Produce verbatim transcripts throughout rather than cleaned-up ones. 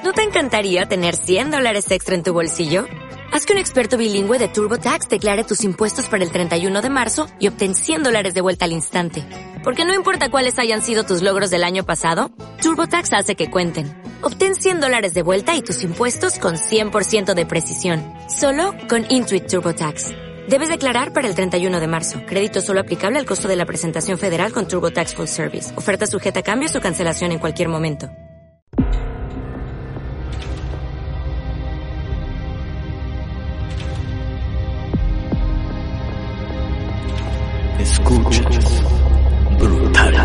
¿No te encantaría tener cien dólares extra en tu bolsillo? Haz que un experto bilingüe de TurboTax declare tus impuestos para el treinta y uno de marzo y obtén cien dólares de vuelta al instante. Porque no importa cuáles hayan sido tus logros del año pasado, TurboTax hace que cuenten. Obtén cien dólares de vuelta y tus impuestos con cien por ciento de precisión. Solo con Intuit TurboTax. Debes declarar para el treinta y uno de marzo. Crédito solo aplicable al costo de la presentación federal con TurboTax Full Service. Oferta sujeta a cambios o cancelación en cualquier momento. Escuchas Brutal.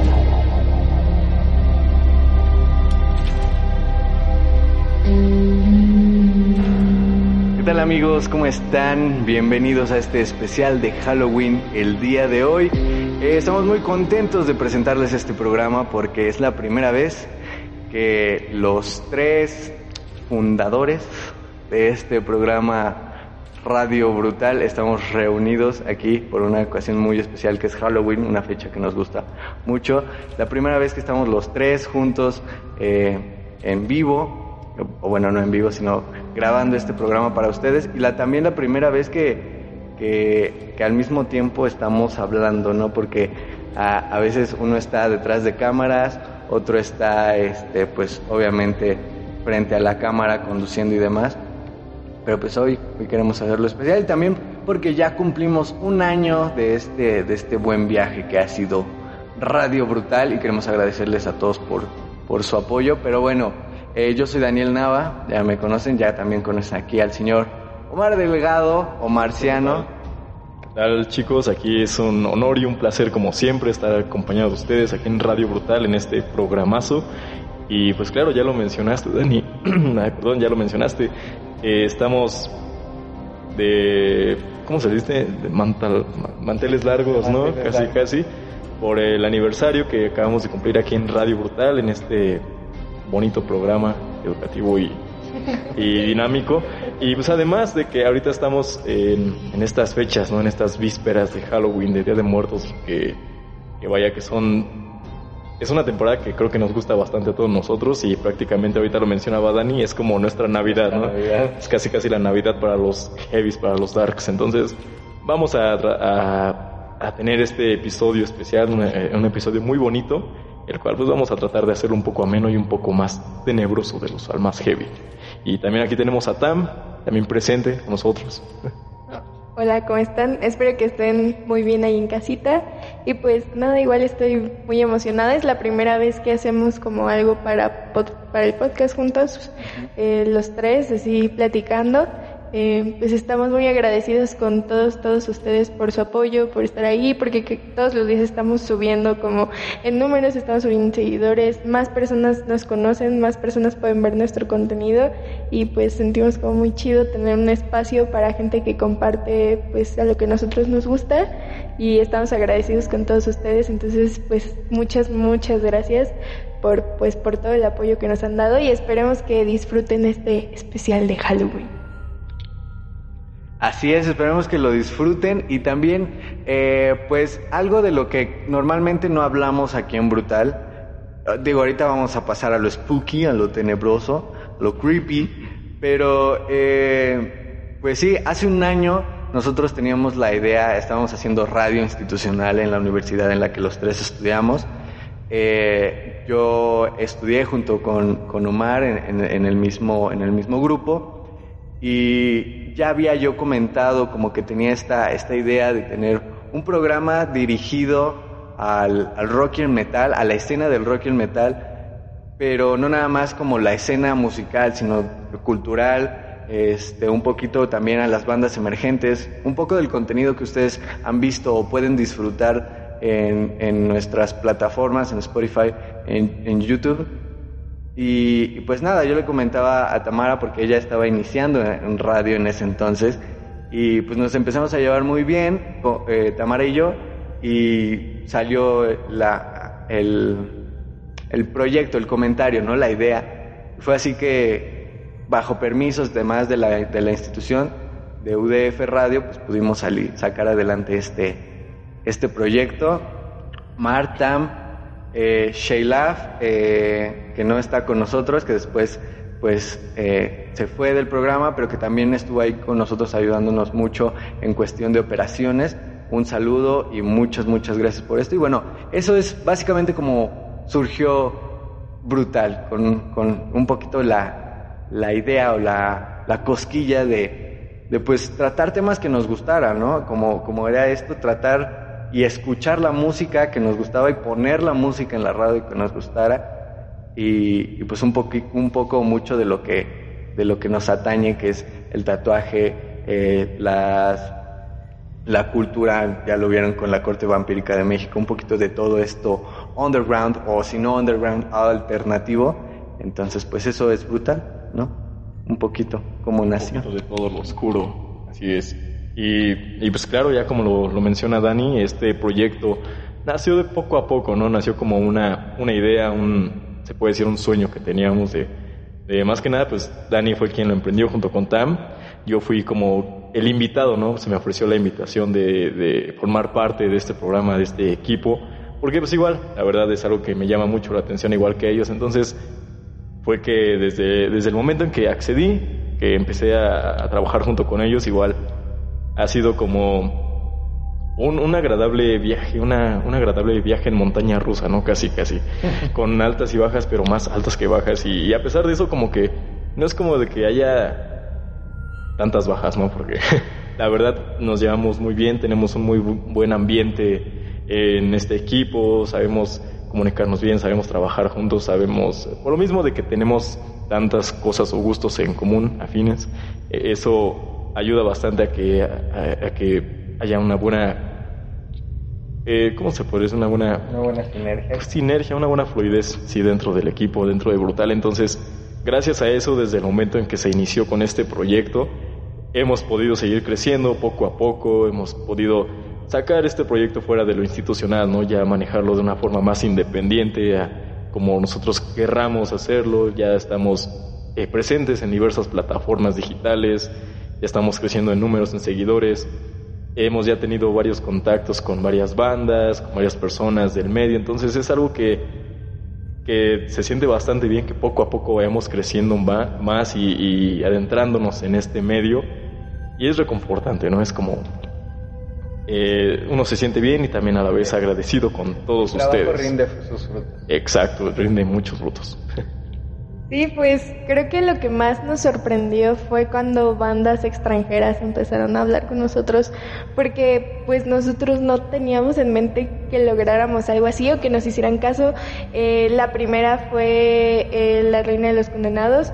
¿Qué tal, amigos? ¿Cómo están? Bienvenidos a este especial de Halloween el día de hoy. Eh, estamos muy contentos de presentarles este programa porque es la primera vez que los tres fundadores de este programa Radio Brutal estamos reunidos aquí por una ocasión muy especial que es Halloween, una fecha que nos gusta mucho. La primera vez que estamos los tres juntos eh, en vivo, o bueno, no en vivo, sino grabando este programa para ustedes, y la, también la primera vez que, que, que al mismo tiempo estamos hablando, ¿no? Porque a, a veces uno está detrás de cámaras, otro está, este, pues obviamente frente a la cámara conduciendo y demás. Pero pues hoy, hoy queremos hacerlo especial, y también porque ya cumplimos un año de este, de este buen viaje que ha sido Radio Brutal, y queremos agradecerles a todos por, por su apoyo. Pero bueno, eh, yo soy Daniel Nava, ya me conocen, ya también conocen aquí al señor Omar Delgado, o Marciano. ¿Qué tal, chicos? Aquí es un honor y un placer, como siempre, estar acompañado de ustedes aquí en Radio Brutal, en este programazo. Y pues claro, ya lo mencionaste, Dani, Ay, perdón, ya lo mencionaste. Eh, estamos de, ¿cómo se dice? De mantal, manteles largos, ¿no? Manteles casi, largos. casi, por el aniversario que acabamos de cumplir aquí en Radio Brutal, en este bonito programa educativo y, y dinámico. Y pues además de que ahorita estamos en, en estas fechas, ¿no? En estas vísperas de Halloween, de Día de Muertos, que, que vaya que son... Es una temporada que creo que nos gusta bastante a todos nosotros, y prácticamente ahorita lo mencionaba Dani, es como nuestra Navidad, ¿no? Navidad. Es casi casi la Navidad para los heavies, para los darks. Entonces vamos a, a, a tener este episodio especial, un, un episodio muy bonito, el cual pues vamos a tratar de hacerlo un poco ameno y un poco más tenebroso de los al más heavy. Y también aquí tenemos a Tam, también presente con nosotros. Hola, ¿cómo están? Espero que estén muy bien ahí en casita. Y pues nada, igual estoy muy emocionada. Es la primera vez que hacemos como algo para, pod- para el podcast juntos, eh, los tres, así platicando. Eh, pues estamos muy agradecidos con todos, todos ustedes por su apoyo, por estar ahí, porque que todos los días estamos subiendo como en números, estamos subiendo seguidores, más personas nos conocen, más personas pueden ver nuestro contenido, y pues sentimos como muy chido tener un espacio para gente que comparte pues a lo que a nosotros nos gusta, y estamos agradecidos con todos ustedes. Entonces pues muchas, muchas gracias por, pues, por todo el apoyo que nos han dado, y esperemos que disfruten este especial de Halloween. Así es, esperemos que lo disfruten. Y también, eh, pues, algo de lo que normalmente no hablamos aquí en Brutal. eh, Digo, ahorita vamos a pasar a lo spooky, a lo tenebroso, a lo creepy. Pero, eh, pues sí, hace un año nosotros teníamos la idea, estábamos haciendo radio institucional en la universidad en la que los tres estudiamos. Eh, yo estudié junto con, con Omar en, en, en, el mismo, en el mismo grupo. Y ya había yo comentado como que tenía esta, esta idea de tener un programa dirigido al, al rock y el metal, a la escena del rock y el metal, pero no nada más como la escena musical, sino cultural, este, un poquito también a las bandas emergentes, un poco del contenido que ustedes han visto o pueden disfrutar en, en nuestras plataformas, en Spotify, en, en YouTube. Y, y pues nada, yo le comentaba a Tamara porque ella estaba iniciando en, en radio en ese entonces, y pues nos empezamos a llevar muy bien, eh, Tamara y yo, y salió la, el, el proyecto, el comentario, ¿no? La idea. Fue así que, bajo permisos demás de la, de la institución de U D F Radio, pues pudimos salir, sacar adelante este, este proyecto. Martam, Eh, Sheilaf, eh, que no está con nosotros, que después pues eh, se fue del programa, pero que también estuvo ahí con nosotros ayudándonos mucho en cuestión de operaciones. Un saludo y muchas, muchas gracias por esto. Y bueno, eso es básicamente como surgió Brutal, con, con un poquito la, la idea o la, la cosquilla de, de pues tratar temas que nos gustaran, ¿no? Como, como era esto, tratar y escuchar la música que nos gustaba y poner la música en la radio que nos gustara. Y, y pues un poco, un poco mucho de lo que, de lo que nos atañe, que es el tatuaje, eh, las... la cultura, ya lo vieron con la Corte Vampírica de México, un poquito de todo esto underground, o si no underground, alternativo. Entonces pues eso es Brutal, ¿no? Un poquito como nació. Un poquito de todo lo oscuro, así es. Y, y pues claro, ya como lo, lo menciona Dani, este proyecto nació de poco a poco, ¿no? Nació como una, una idea, un, se puede decir un sueño que teníamos de, de más que nada, pues Dani fue quien lo emprendió junto con Tam. Yo fui como el invitado, ¿no? Se me ofreció la invitación de, de formar parte de este programa, de este equipo, porque pues igual, la verdad es algo que me llama mucho la atención, igual que ellos. Entonces fue que desde, desde el momento en que accedí, que empecé a, a trabajar junto con ellos, igual ha sido como un, un agradable viaje, una, un agradable viaje en montaña rusa, ¿no? Casi, casi, con altas y bajas, pero más altas que bajas. Y, y a pesar de eso, como que no es como de que haya tantas bajas, ¿no? Porque la verdad nos llevamos muy bien, tenemos un muy bu- buen ambiente en este equipo, sabemos comunicarnos bien, sabemos trabajar juntos, sabemos, por lo mismo de que tenemos tantas cosas o gustos en común, afines, eh, eso ayuda bastante a que, a, a que haya una buena, eh, ¿cómo se puede decir? Una buena, Una buena sinergia. pues, sinergia, una buena fluidez, sí, dentro del equipo, dentro de Brutal. Entonces, gracias a eso, desde el momento en que se inició con este proyecto, hemos podido seguir creciendo poco a poco, hemos podido sacar este proyecto fuera de lo institucional, ¿no? Ya manejarlo de una forma más independiente, a, como nosotros querramos hacerlo. Ya estamos eh, presentes en diversas plataformas digitales, ya estamos creciendo en números, en seguidores. Hemos ya tenido varios contactos con varias bandas, con varias personas del medio. Entonces es algo que que se siente bastante bien, que poco a poco vayamos creciendo más y, y adentrándonos en este medio, y es reconfortante, ¿no? Es como eh, uno se siente bien y también a la vez agradecido con todos El trabajo ustedes. rinde sus frutos. Exacto, rinde muchos frutos. Sí, pues creo que lo que más nos sorprendió fue cuando bandas extranjeras empezaron a hablar con nosotros, porque pues nosotros no teníamos en mente que lográramos algo así o que nos hicieran caso. Eh, la primera fue eh, La Reina de los Condenados.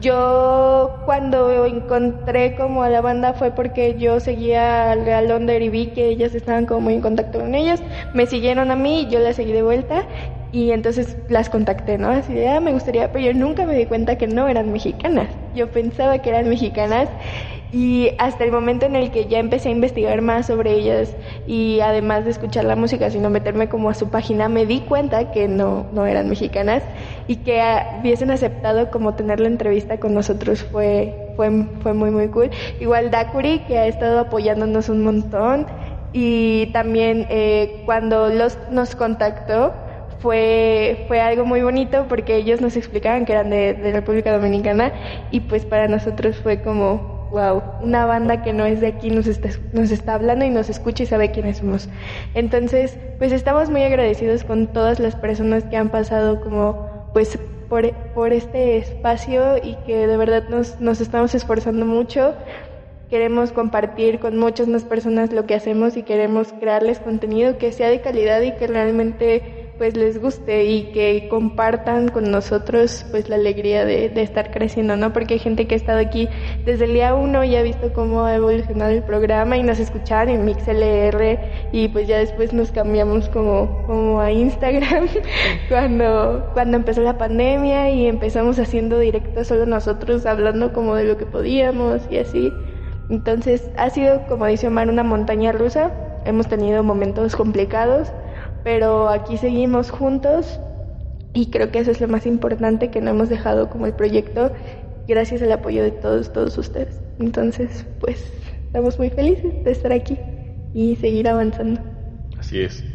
Yo cuando encontré como a la banda fue porque yo seguía al Real Under y vi que ellas estaban como muy en contacto con ellos, me siguieron a mí y yo las seguí de vuelta. Y entonces las contacté, ¿no? Así de, ah, me gustaría, pero yo nunca me di cuenta que no eran mexicanas. Yo pensaba que eran mexicanas, y hasta el momento en el que ya empecé a investigar más sobre ellas y además de escuchar la música, sino meterme como a su página, me di cuenta que no, no eran mexicanas, y que hubiesen aceptado como tener la entrevista con nosotros fue, fue, fue muy, muy cool. Igual Dakuri, que ha estado apoyándonos un montón, y también eh, cuando los, nos contactó, Fue, fue algo muy bonito porque ellos nos explicaban que eran de, de República Dominicana, y pues para nosotros fue como, wow, una banda que no es de aquí nos está, nos está hablando y nos escucha y sabe quiénes somos. Entonces, pues estamos muy agradecidos con todas las personas que han pasado como, pues, por, por este espacio, y que de verdad nos, nos estamos esforzando mucho. Queremos compartir con muchas más personas lo que hacemos y queremos crearles contenido que sea de calidad y que realmente pues les guste, y que compartan con nosotros pues la alegría de, de estar creciendo, ¿no? Porque hay gente que ha estado aquí desde el día uno y ha visto cómo ha evolucionado el programa, y nos escuchaban en MixLR, y pues ya después nos cambiamos como, como a Instagram cuando, cuando empezó la pandemia, y empezamos haciendo directos solo nosotros, hablando como de lo que podíamos y así. Entonces ha sido, como dice Omar, una montaña rusa. Hemos tenido momentos complicados, pero aquí seguimos juntos, y creo que eso es lo más importante, que no hemos dejado como el proyecto, gracias al apoyo de todos, todos ustedes. Entonces, pues, estamos muy felices de estar aquí y seguir avanzando. Así es.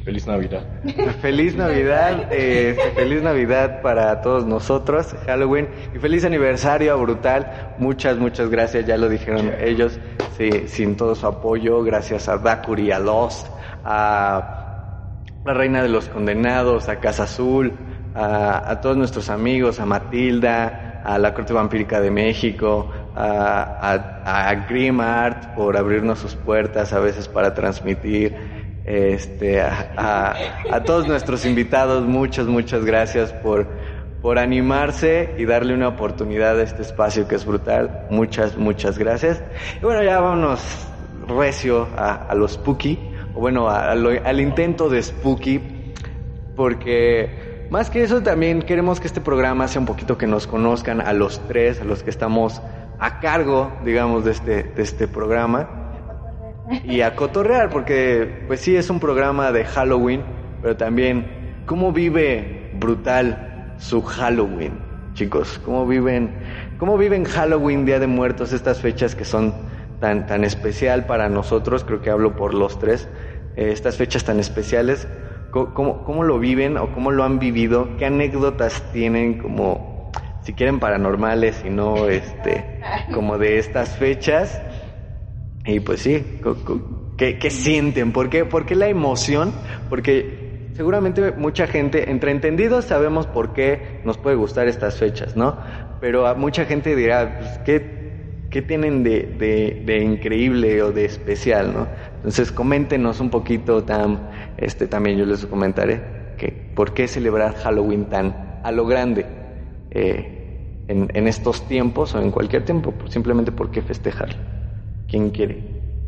Feliz Navidad. Feliz Navidad, eh, feliz Navidad para todos nosotros, Halloween, y feliz aniversario a Brutal. Muchas, muchas gracias, ya lo dijeron ellos, sí, sin todo su apoyo, gracias a Dakuri, a Lost, a la Reina de los Condenados, a Casa Azul, a, a todos nuestros amigos, a Matilda, a la Corte Vampírica de México, a, a, a Grim Art por abrirnos sus puertas a veces para transmitir. Este, a, a, a todos nuestros invitados, muchas, muchas gracias por, por animarse y darle una oportunidad a este espacio que es Brutal. Muchas, muchas gracias. Y bueno, ya vámonos recio a, a lo spooky, o bueno, a, a lo, al intento de spooky, porque más que eso también queremos que este programa sea un poquito que nos conozcan a los tres, a los que estamos a cargo, digamos, de este, de este programa. Y a cotorrear, porque pues sí es un programa de Halloween, pero también cómo vive Brutal su Halloween, chicos, cómo viven, cómo viven Halloween, Día de Muertos, estas fechas que son tan tan especial para nosotros. Creo que hablo por los tres, eh, estas fechas tan especiales, ¿cómo, cómo, cómo lo viven o cómo lo han vivido? ¿Qué anécdotas tienen, como si quieren paranormales y no este como de estas fechas? Y pues sí, ¿qué, qué sienten? ¿Por qué? ¿Por qué la emoción? Porque seguramente mucha gente, entre entendidos, sabemos por qué nos puede gustar estas fechas, ¿no? Pero a mucha gente dirá, pues, ¿qué, qué tienen de, de, de increíble o de especial, ¿no? Entonces, coméntenos un poquito, Tam, este, también yo les comentaré, que por qué celebrar Halloween tan a lo grande eh, en, en estos tiempos o en cualquier tiempo, simplemente por qué festejarlo. ¿Quién quiere?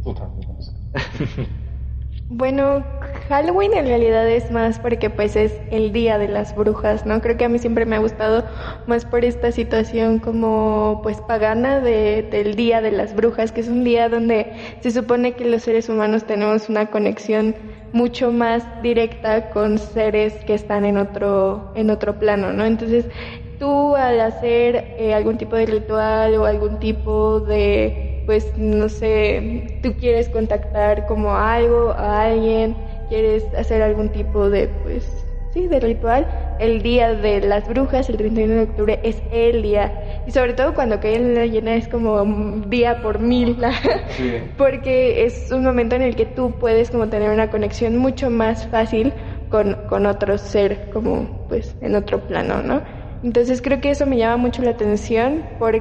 Bueno, Halloween en realidad es más porque pues es el día de las brujas, ¿no? Creo que a mí siempre me ha gustado más por esta situación como pues pagana de, del día de las brujas, que es un día donde se supone que los seres humanos tenemos una conexión mucho más directa con seres que están en otro, en otro plano, ¿no? Entonces, tú al hacer eh, algún tipo de ritual o algún tipo de pues no sé, tú quieres contactar como a algo, a alguien, quieres hacer algún tipo de, pues, sí, de ritual, el día de las brujas, el treinta y uno de octubre, es el día, y sobre todo cuando cae en la llena es como día por mil, sí. Porque es un momento en el que tú puedes como tener una conexión mucho más fácil con, con otro ser, como pues en otro plano, ¿no? Entonces creo que eso me llama mucho la atención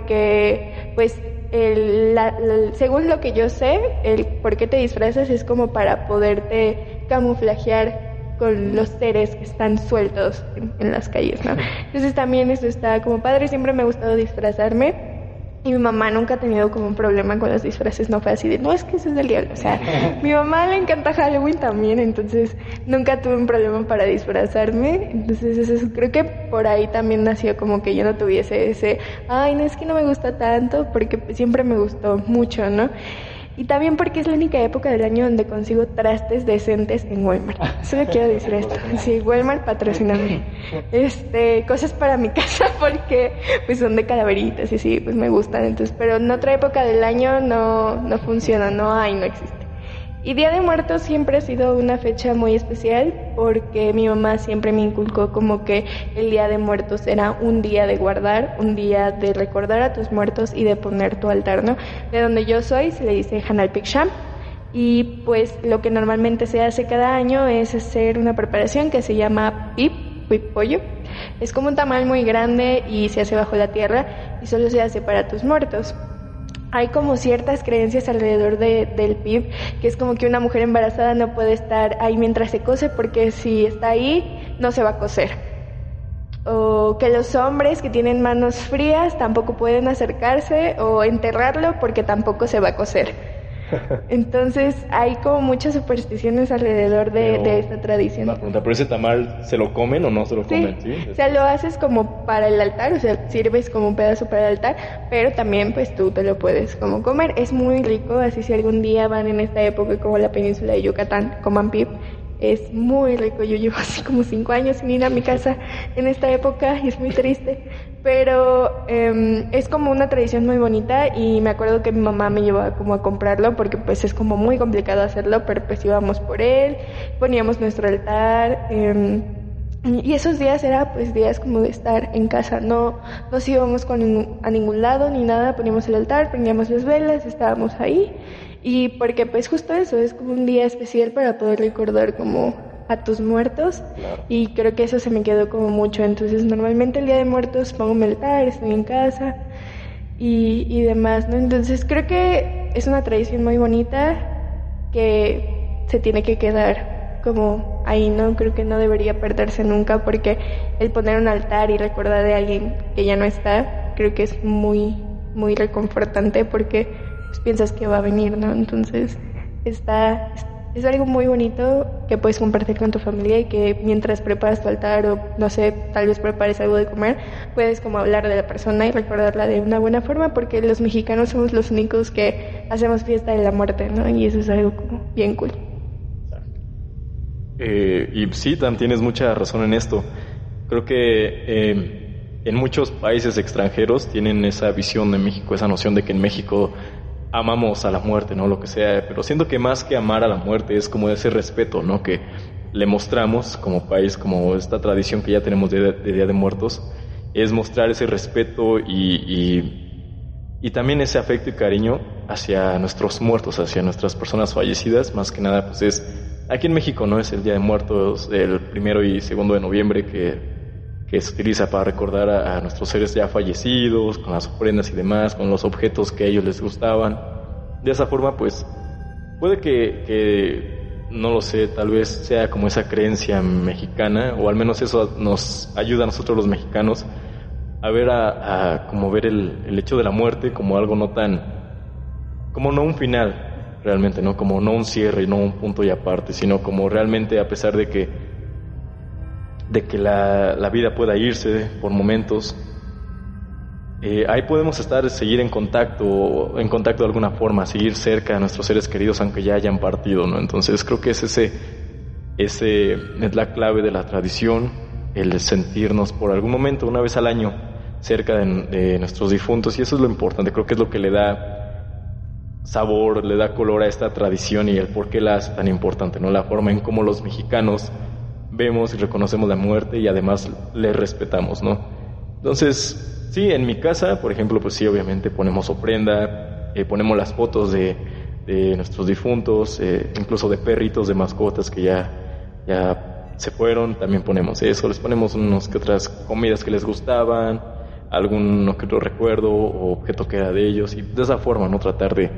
porque pues El, la, la, según lo que yo sé, el por qué te disfrazas es como para poderte camuflajear con los seres que están sueltos en, en las calles, ¿no? Entonces también eso está como padre. Siempre me ha gustado disfrazarme y mi mamá nunca ha tenido como un problema con los disfraces. No fue así de, no, es que eso es del diablo. O sea, mi mamá le encanta Halloween también, entonces nunca tuve un problema para disfrazarme. Entonces eso es, creo que por ahí también nació como que yo no tuviese ese, ay, no, es que no me gusta tanto, porque siempre me gustó mucho, ¿no? Y también porque es la única época del año donde consigo trastes decentes en Walmart. Solo quiero decir esto. Sí, Walmart, patrocíname. Este, cosas para mi casa porque pues son de calaveritas y sí, pues me gustan. Entonces, pero en otra época del año no, no funciona, no hay, no existe. Y Día de Muertos siempre ha sido una fecha muy especial porque mi mamá siempre me inculcó como que el Día de Muertos era un día de guardar, un día de recordar a tus muertos y de poner tu altar, ¿no? De donde yo soy se le dice Hanalpiksham y pues lo que normalmente se hace cada año es hacer una preparación que se llama pip, pip pollo. Es como un tamal muy grande y se hace bajo la tierra y solo se hace para tus muertos. Hay como ciertas creencias alrededor de, del P I B, que es como que una mujer embarazada no puede estar ahí mientras se cose porque si está ahí no se va a cocer. O que los hombres que tienen manos frías tampoco pueden acercarse o enterrarlo porque tampoco se va a cocer. Entonces hay como muchas supersticiones alrededor de, de esta tradición. Una pregunta, ¿pero ese tamal se lo comen o no se lo comen? Sí, ¿sí? O sea, lo haces como para el altar, o sea, sirves como un pedazo para el altar, pero también pues tú te lo puedes como comer. Es muy rico, así si algún día van en esta época como la península de Yucatán, coman pip. es muy rico. Yo llevo así como cinco años sin ir a mi casa en esta época y es muy triste. Pero eh, es como una tradición muy bonita y me acuerdo que mi mamá me llevaba como a comprarlo porque pues es como muy complicado hacerlo, pero pues íbamos por él, poníamos nuestro altar eh, y esos días era pues días como de estar en casa, no nos íbamos con ningún, a ningún lado ni nada, poníamos el altar, prendíamos las velas, estábamos ahí y porque pues justo eso, es como un día especial para poder recordar como a tus muertos. Claro. Y creo que eso se me quedó como mucho, entonces normalmente el día de muertos pongo mi altar, estoy en casa y, y demás, ¿no? Entonces creo que es una tradición muy bonita que se tiene que quedar como ahí, ¿no? Creo que no debería perderse nunca porque el poner un altar y recordar de alguien que ya no está, creo que es muy, muy reconfortante porque pues, piensas que va a venir, ¿no? Entonces está... está es algo muy bonito que puedes compartir con tu familia y que mientras preparas tu altar o, no sé, tal vez prepares algo de comer, puedes como hablar de la persona y recordarla de una buena forma porque los mexicanos somos los únicos que hacemos fiesta de la muerte, ¿no? Y eso es algo como bien cool. Eh, y sí, Tam, tienes mucha razón en esto. Creo que eh, en muchos países extranjeros tienen esa visión de México, esa noción de que en México amamos a la muerte, ¿no? Lo que sea, pero siento que más que amar a la muerte es como ese respeto, ¿no? Que le mostramos como país, como esta tradición que ya tenemos de, de Día de Muertos, es mostrar ese respeto y, y, y también ese afecto y cariño hacia nuestros muertos, hacia nuestras personas fallecidas. Más que nada, pues es, aquí en México, ¿no? Es el Día de Muertos, el primero y segundo de noviembre que, que se utiliza para recordar a, a nuestros seres ya fallecidos, con las ofrendas y demás, con los objetos que a ellos les gustaban. De esa forma, pues, puede que, que, no lo sé, tal vez sea como esa creencia mexicana, o al menos eso nos ayuda a nosotros los mexicanos a ver, a, a como ver el, el hecho de la muerte como algo no tan, como no un final, realmente, ¿no? Como no un cierre, no un punto y aparte, sino como realmente, a pesar de que de que la, la vida pueda irse por momentos, eh, ahí podemos estar, seguir en contacto, en contacto de alguna forma, seguir cerca de nuestros seres queridos aunque ya hayan partido, ¿no? Entonces creo que es ese, ese es la clave de la tradición, el sentirnos por algún momento, una vez al año, cerca de, de nuestros difuntos, y eso es lo importante. Creo que es lo que le da sabor, le da color a esta tradición y el por qué la hace tan importante, ¿no? La forma en cómo los mexicanos vemos y reconocemos la muerte y además le respetamos, ¿no? Entonces, sí, en mi casa, por ejemplo, pues sí, obviamente ponemos ofrenda, eh, ponemos las fotos de, de nuestros difuntos, eh, incluso de perritos, de mascotas que ya, ya se fueron, también ponemos eso, les ponemos unos que otras comidas que les gustaban, algún que otro recuerdo o objeto que era de ellos, y de esa forma, ¿no? Tratar de,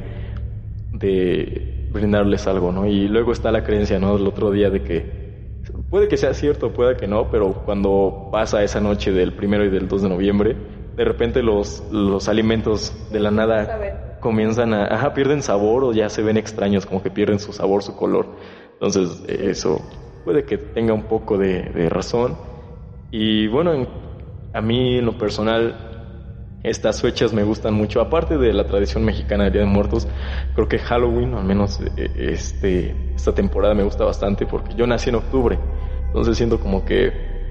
de brindarles algo, ¿no? Y luego está la creencia, ¿no? Del otro día de que puede que sea cierto, puede que no, pero cuando pasa esa noche del primero y del dos de noviembre, de repente los, los alimentos de la nada Saber. comienzan a, ajá, pierden sabor o ya se ven extraños, como que pierden su sabor, su color. Entonces eso puede que tenga un poco de, de razón. Y bueno, en, a mí en lo personal estas fechas me gustan mucho, aparte de la tradición mexicana del Día de Muertos. Creo que Halloween, al menos este, esta temporada me gusta bastante porque yo nací en octubre, entonces siento como que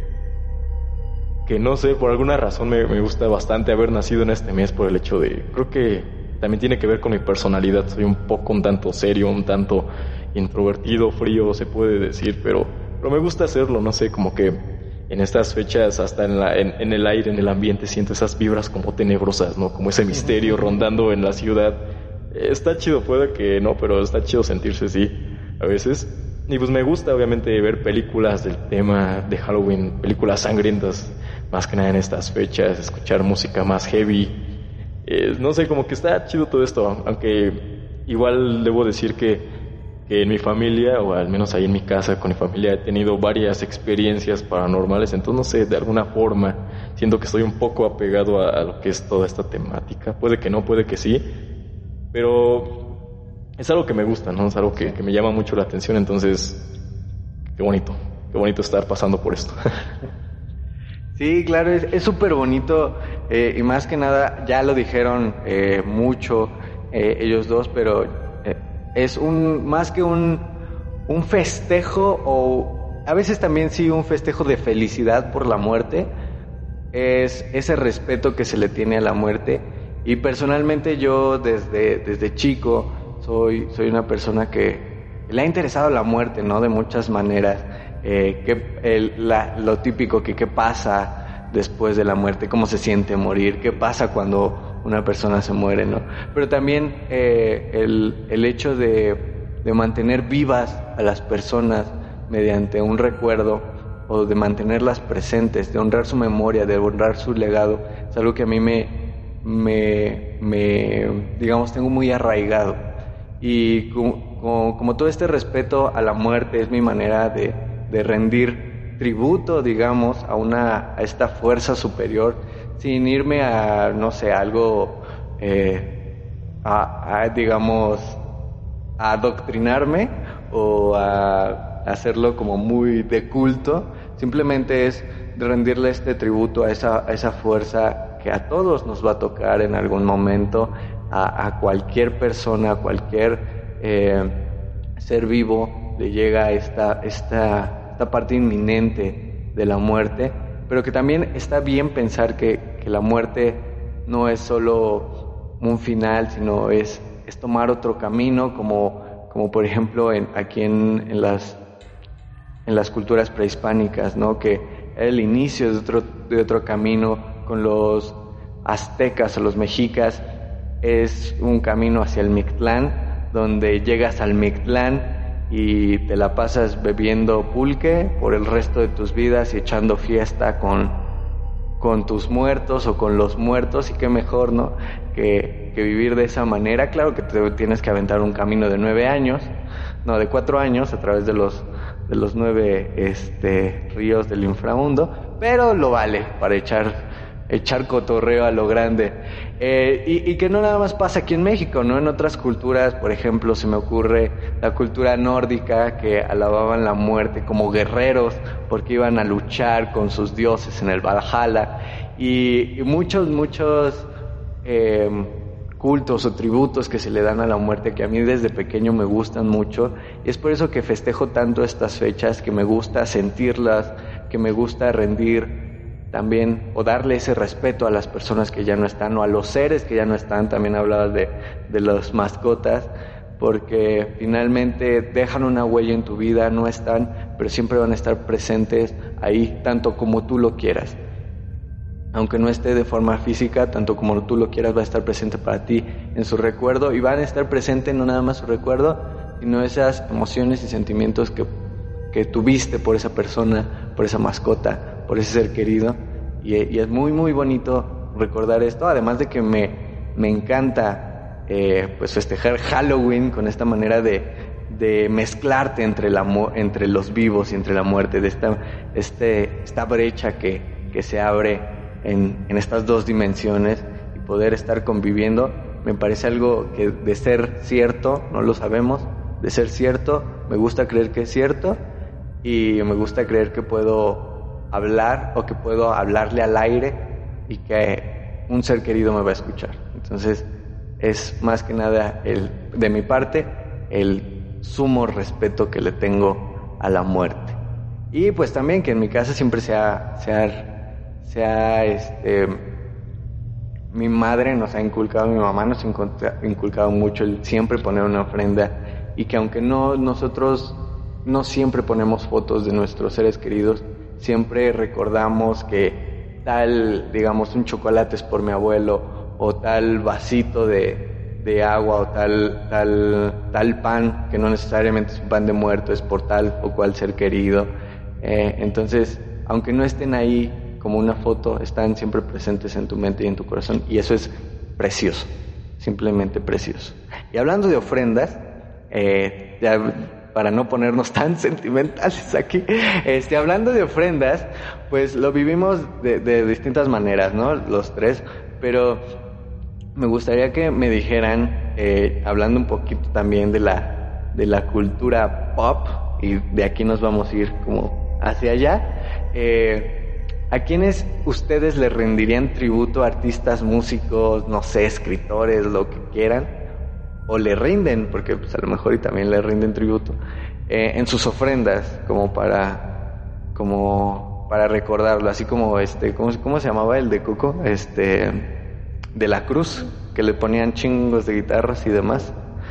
que no sé, por alguna razón me, me gusta bastante haber nacido en este mes por el hecho de, creo que también tiene que ver con mi personalidad. Soy un poco un tanto serio, un tanto introvertido, frío, se puede decir, pero, pero me gusta hacerlo, no sé, como que en estas fechas, hasta en, la, en, en el aire, en el ambiente, siento esas vibras como tenebrosas, ¿no? Como ese misterio rondando en la ciudad. Está chido, puede que no, pero está chido sentirse así a veces. Y pues me gusta, obviamente, ver películas del tema de Halloween, películas sangrientas, más que nada en estas fechas, escuchar música más heavy. Eh, no sé, como que está chido todo esto, aunque igual debo decir que que en mi familia, o al menos ahí en mi casa con mi familia, he tenido varias experiencias paranormales, entonces no sé, de alguna forma siento que estoy un poco apegado a, a lo que es toda esta temática. Puede que no, puede que sí, pero es algo que me gusta, ¿no? Es algo que, que me llama mucho la atención, entonces qué bonito, qué bonito estar pasando por esto. Sí, claro, es súper bonito, eh, y más que nada, ya lo dijeron eh, mucho eh, ellos dos, pero eh, es un más que un un festejo o a veces también sí un festejo de felicidad por la muerte, es ese respeto que se le tiene a la muerte. Y personalmente yo desde, desde chico soy, soy una persona que le ha interesado la muerte, ¿no? De muchas maneras. Eh, que el, la, lo típico que qué pasa después de la muerte, cómo se siente morir, qué pasa cuando una persona se muere, ¿no? Pero también eh, el, el hecho de, de mantener vivas a las personas mediante un recuerdo o de mantenerlas presentes, de honrar su memoria, de honrar su legado, es algo que a mí me, me, me digamos, tengo muy arraigado. Y como, como, como todo este respeto a la muerte es mi manera de, de rendir tributo, digamos, a, una, a esta fuerza superior, sin irme a, no sé, algo, eh, a, a, digamos, a adoctrinarme o a hacerlo como muy de culto. Simplemente es rendirle este tributo a esa, a esa fuerza que a todos nos va a tocar en algún momento, a, a cualquier persona, a cualquier eh, ser vivo le llega esta, esta, esta parte inminente de la muerte, pero que también está bien pensar que, que la muerte no es solo un final, sino es, es tomar otro camino, como, como por ejemplo en, aquí en, en, las, en las culturas prehispánicas, ¿no? Que era el inicio de otro, de otro camino. Con los aztecas o los mexicas es un camino hacia el Mictlán, donde llegas al Mictlán y te la pasas bebiendo pulque por el resto de tus vidas y echando fiesta con, con tus muertos o con los muertos. Y qué mejor, ¿no? Que, que vivir de esa manera. Claro que te tienes que aventar un camino de nueve años, no, de cuatro años a través de los, de los nueve este, ríos del inframundo, pero lo vale para echar echar cotorreo a lo grande. Eh, y, y que no nada más pasa aquí en México, ¿no? En otras culturas, por ejemplo, se me ocurre la cultura nórdica, que alababan la muerte como guerreros porque iban a luchar con sus dioses en el Valhalla. Y, y muchos, muchos eh, cultos o tributos que se le dan a la muerte que a mí desde pequeño me gustan mucho. Y es por eso que festejo tanto estas fechas, que me gusta sentirlas, que me gusta rendir también o darle ese respeto a las personas que ya no están o a los seres que ya no están. También hablabas de, de las mascotas, porque finalmente dejan una huella en tu vida, no están, pero siempre van a estar presentes ahí, tanto como tú lo quieras. Aunque no esté de forma física, tanto como tú lo quieras, va a estar presente para ti en su recuerdo, y van a estar presentes no nada más su recuerdo, sino esas emociones y sentimientos que, que tuviste por esa persona, por esa mascota, por ese ser querido. Y, y es muy muy bonito recordar esto, además de que me, me encanta eh, pues festejar Halloween con esta manera de, de mezclarte entre, la, entre los vivos y entre la muerte, de esta, este, esta brecha que, que se abre en, en estas dos dimensiones, y poder estar conviviendo. Me parece algo que de ser cierto, no lo sabemos, de ser cierto, me gusta creer que es cierto, y me gusta creer que puedo hablar o que puedo hablarle al aire y que un ser querido me va a escuchar. Entonces es más que nada el, de mi parte, el sumo respeto que le tengo a la muerte. Y pues también que en mi casa siempre se ha, se ha, se ha este, mi madre nos ha inculcado, mi mamá nos ha inculcado mucho el siempre poner una ofrenda, y que aunque no nosotros no siempre ponemos fotos de nuestros seres queridos, siempre recordamos que tal, digamos, un chocolate es por mi abuelo, o tal vasito de, de agua, o tal, tal, tal pan, que no necesariamente es un pan de muerto, es por tal o cual ser querido. Eh, entonces, aunque no estén ahí como una foto, están siempre presentes en tu mente y en tu corazón, y eso es precioso, simplemente precioso. Y hablando de ofrendas, eh, ya, para no ponernos tan sentimentales aquí, este, hablando de ofrendas, pues lo vivimos de, de distintas maneras, ¿no? Los tres, pero me gustaría que me dijeran, eh, hablando un poquito también de la, de la cultura pop, y de aquí nos vamos a ir como hacia allá, eh, ¿a quiénes ustedes le rendirían tributo? Artistas, músicos, no sé, escritores, lo que quieran, o le rinden, porque pues a lo mejor y también le rinden tributo, eh, en sus ofrendas, como para, como para recordarlo, así como este, ¿cómo, cómo se llamaba el de Coco? Este, de la Cruz, que le ponían chingos de guitarras y demás.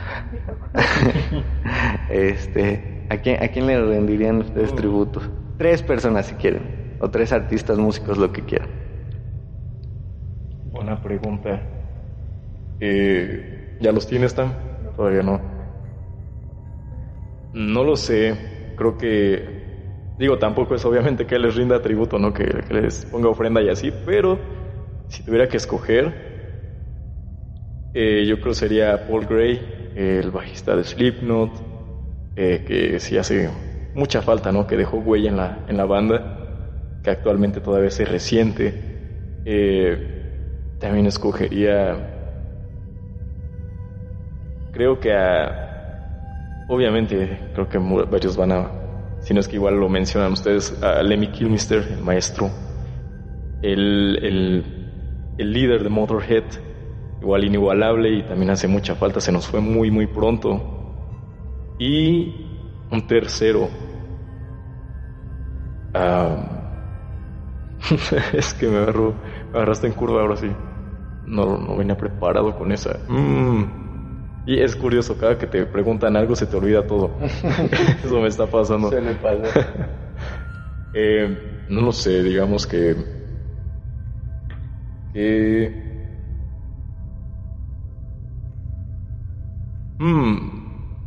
este, ¿a quién, a quién le rendirían ustedes tributo? Tres personas si quieren, o tres artistas, músicos, lo que quieran. Buena pregunta. Eh, ¿Ya los tienes, Tam? Todavía no. No lo sé. Creo que... Digo, tampoco es obviamente que les rinda tributo, ¿no? Que, que les ponga ofrenda y así. Pero si tuviera que escoger, eh, yo creo sería Paul Gray, el bajista de Slipknot, eh, que sí hace mucha falta, ¿no? Que dejó huella en la, en la banda, que actualmente todavía se resiente. Eh, también escogería... Creo que a... Obviamente, creo que varios van a... Si no es que igual lo mencionan ustedes, a Lemmy Kilmister, el maestro, el, el, el líder de Motorhead, igual inigualable y también hace mucha falta, se nos fue muy muy pronto. Y un tercero, um, es que me, agarró, me agarraste en curva ahora sí, no, no venía preparado con esa. Mm. Y es curioso, cada que te preguntan algo se te olvida todo. Eso me está pasando. Se me pasa. eh, no lo sé, digamos que... que... Hmm.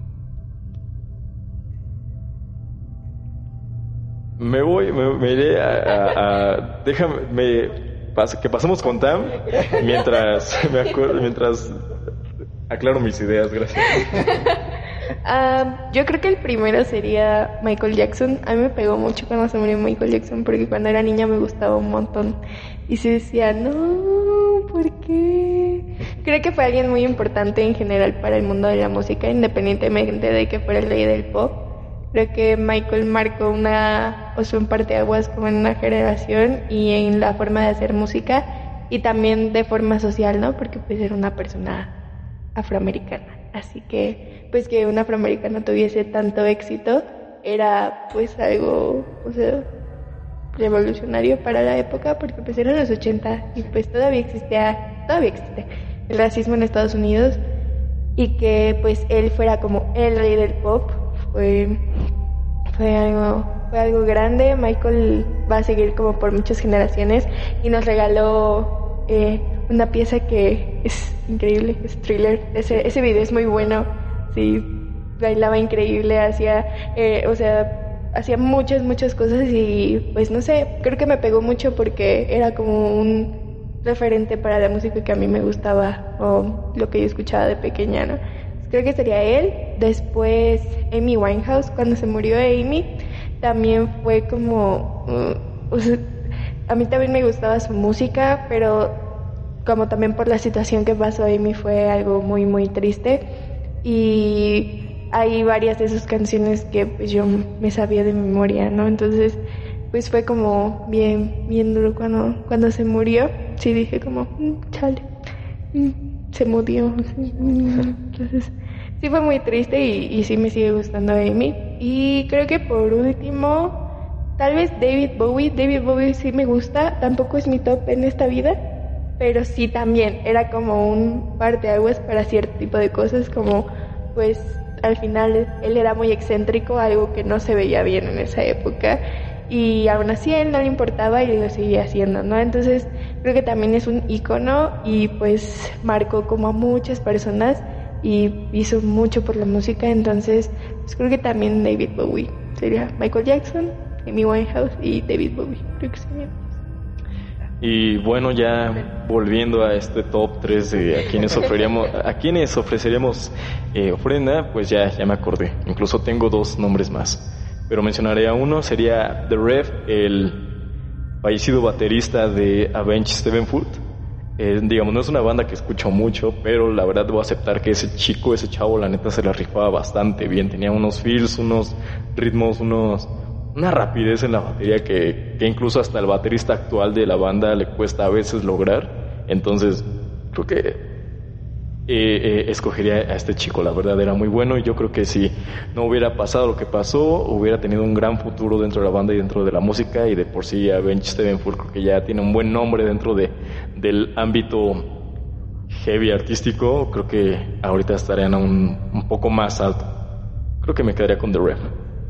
Me voy, me, me iré a, a, a déjame, me, pas, que pasemos con Tam mientras me acuerdo, mientras aclaro mis ideas, gracias. Uh, yo creo que el primero sería Michael Jackson. A mí me pegó mucho cuando se murió Michael Jackson, porque cuando era niña me gustaba un montón. Y se decía, no, ¿por qué? Creo que fue alguien muy importante en general para el mundo de la música, independientemente de que fuera el rey del pop. Creo que Michael marcó una, o sea, un parteaguas como en una generación y en la forma de hacer música, y también de forma social, ¿no? Porque pues era una persona afroamericana. Así que, pues que un afroamericano tuviese tanto éxito era pues algo, o sea, revolucionario para la época, porque pues eran los ochenta y pues todavía existía, todavía existe el racismo en Estados Unidos, y que pues él fuera como el rey del pop fue, fue algo, fue algo grande. Michael va a seguir como por muchas generaciones y nos regaló eh, una pieza que es increíble, es Thriller. Ese, ese video es muy bueno, sí, bailaba increíble, hacía, eh, o sea, hacía muchas, muchas cosas y pues no sé, creo que me pegó mucho porque era como un referente para la música que a mí me gustaba o lo que yo escuchaba de pequeña, ¿no? Creo que sería él. Después Amy Winehouse, cuando se murió Amy, también fue como, uh, o sea, a mí también me gustaba su música, pero como también por la situación que pasó Amy fue algo muy muy triste, y hay varias de sus canciones que pues yo me sabía de memoria, ¿no? Entonces pues fue como bien bien duro cuando cuando se murió. Sí dije como mm, chale, mm, se murió. Entonces sí fue muy triste y, y sí me sigue gustando Amy. Y creo que por último tal vez David Bowie. David Bowie sí me gusta, tampoco es mi top en esta vida, pero sí también era como un parteaguas para cierto tipo de cosas, como pues al final él era muy excéntrico, algo que no se veía bien en esa época, y aún así a él no le importaba y lo seguía haciendo, ¿no? Entonces creo que también es un ícono y pues marcó como a muchas personas y hizo mucho por la música. Entonces pues creo que también David Bowie sería Michael Jackson, Amy Winehouse y David Bowie, creo que sería. Y bueno, ya volviendo a este top tres de a quienes ofreceríamos, a quienes ofreceríamos eh, ofrenda, pues ya, ya me acordé. Incluso tengo dos nombres más, pero mencionaré a uno. Sería The Rev, el fallecido baterista de Avenged Sevenfold. Eh, digamos, no es una banda que escucho mucho, pero la verdad debo aceptar que ese chico, ese chavo, la neta se la rifaba bastante bien. Tenía unos feels, unos ritmos, unos... una rapidez en la batería que, que incluso hasta el baterista actual de la banda le cuesta a veces lograr. Entonces creo que eh, escogería a este chico. La verdad era muy bueno y yo creo que si no hubiera pasado lo que pasó, hubiera tenido un gran futuro dentro de la banda y dentro de la música, y de por sí Avenged Sevenfold creo que ya tiene un buen nombre dentro de, del ámbito heavy artístico. Creo que ahorita estarían un, un poco más alto. Creo que me quedaría con The Rev.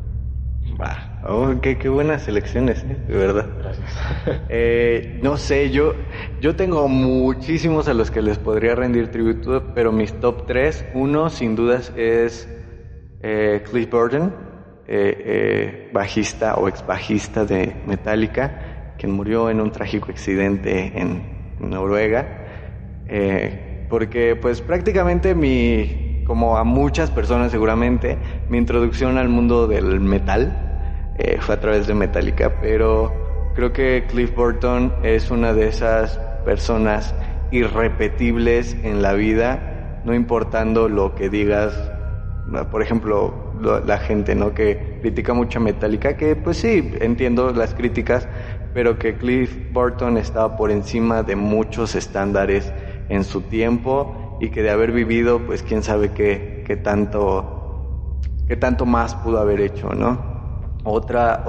Bah, oh, qué, qué buenas selecciones, ¿eh? De verdad. Gracias. Eh, no sé, yo, yo tengo muchísimos a los que les podría rendir tributo, pero mis top tres, uno sin dudas es eh, Cliff Burton, eh, eh, bajista o ex bajista de Metallica, quien murió en un trágico accidente en, en Noruega, eh, porque pues prácticamente mi, como a muchas personas seguramente, mi introducción al mundo del metal Eh, fue a través de Metallica, pero creo que Cliff Burton es una de esas personas irrepetibles en la vida, no importando lo que digas. Por ejemplo, lo, la gente, ¿no?, que critica mucho a Metallica, que pues sí, entiendo las críticas, pero que Cliff Burton estaba por encima de muchos estándares en su tiempo, y que de haber vivido, pues quién sabe qué, qué tanto, qué tanto más pudo haber hecho, ¿no? Otra,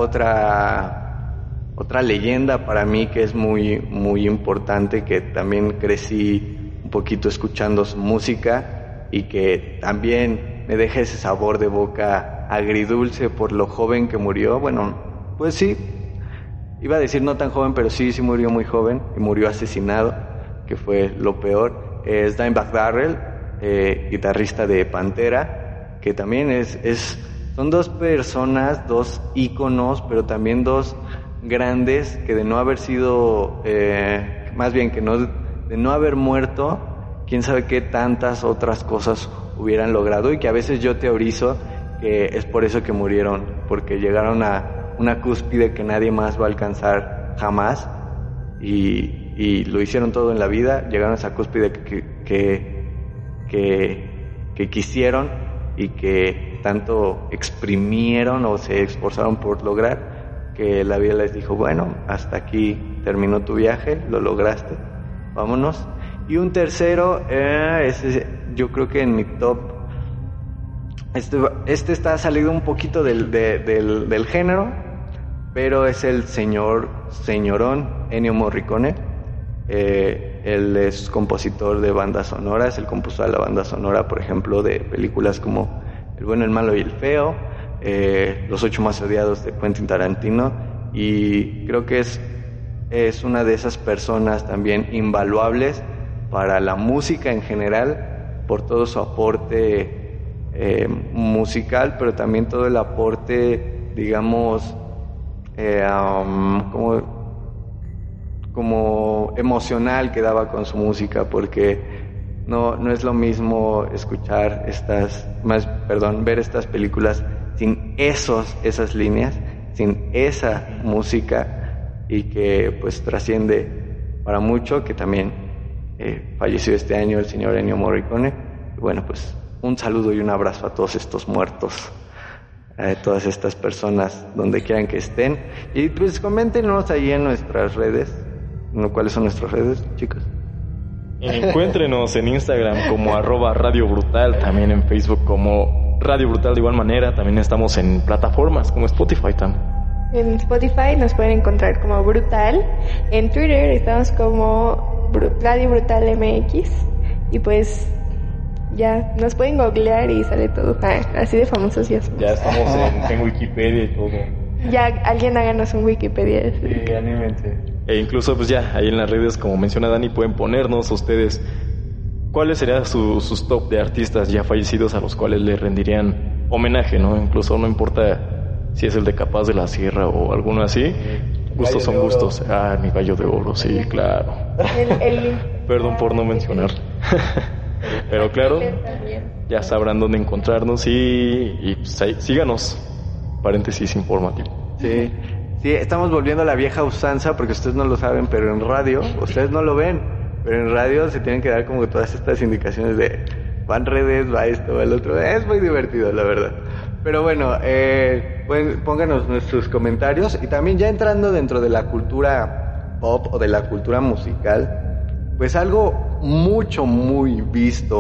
otra, otra leyenda para mí que es muy, muy importante, que también crecí un poquito escuchando su música y que también me deja ese sabor de boca agridulce por lo joven que murió. Bueno, pues sí, iba a decir no tan joven, pero sí, sí murió muy joven y murió asesinado, que fue lo peor. Es Dimebag Darrell, eh, guitarrista de Pantera, que también es... es Son dos personas, dos íconos, pero también dos grandes que de no haber sido, eh, más bien que no, de no haber muerto, quién sabe qué tantas otras cosas hubieran logrado, y que a veces yo teorizo que es por eso que murieron, porque llegaron a una cúspide que nadie más va a alcanzar jamás, y, y lo hicieron todo en la vida, llegaron a esa cúspide que, que, que, que quisieron y que tanto exprimieron o se esforzaron por lograr, que la vida les dijo, bueno, hasta aquí terminó tu viaje, lo lograste, vámonos. Y un tercero, eh, ese, yo creo que en mi top, este, este está salido un poquito del, de, del, del género, pero es el señor, señorón Ennio Morricone. Eh, él es compositor de bandas sonoras, él compuso la banda sonora, por ejemplo, de películas como El bueno, el malo y el feo, eh, Los ocho más odiados de Quentin Tarantino, y creo que es, es una de esas personas también invaluables para la música en general, por todo su aporte eh, musical, pero también todo el aporte, digamos, eh, um, como, como emocional que daba con su música, porque No, no es lo mismo escuchar estas, más, perdón, ver estas películas sin esos, esas líneas, sin esa música, y que pues trasciende para mucho, que también eh, falleció este año el señor Ennio Morricone. Y bueno, pues un saludo y un abrazo a todos estos muertos, a todas estas personas, donde quieran que estén. Y pues coméntenos ahí en nuestras redes, ¿no? ¿Cuáles son nuestras redes, chicos? Encuéntrenos en Instagram como arroba Radio Brutal, también en Facebook como Radio Brutal de igual manera. También estamos en plataformas como Spotify también. En Spotify nos pueden encontrar como Brutal. En Twitter estamos como Radio Brutal M X. Y pues ya nos pueden googlear y sale todo. Ah, así de famosos ya somos. Ya estamos en, en Wikipedia y todo. Ya alguien háganos un Wikipedia. Sí, anímense. E incluso pues ya ahí en las redes, como menciona Dani, pueden ponernos ustedes cuáles serían su, sus top de artistas ya fallecidos a los cuales le rendirían homenaje, ¿no? Incluso no importa si es el de Capaz de la Sierra o alguno así, gustos son gustos. Ah, mi gallo de oro, sí, claro. El, el... Perdón por no mencionar. Pero claro, ya sabrán dónde encontrarnos y, y pues, ahí, síganos. Paréntesis informativo. Sí. Sí, estamos volviendo a la vieja usanza, porque ustedes no lo saben, pero en radio, ustedes no lo ven, pero en radio se tienen que dar como que todas estas indicaciones de van redes, va esto, va el otro. Es muy divertido, la verdad. Pero bueno, eh, pueden, pónganos nuestros comentarios, y también ya entrando dentro de la cultura pop o de la cultura musical, pues algo mucho, muy visto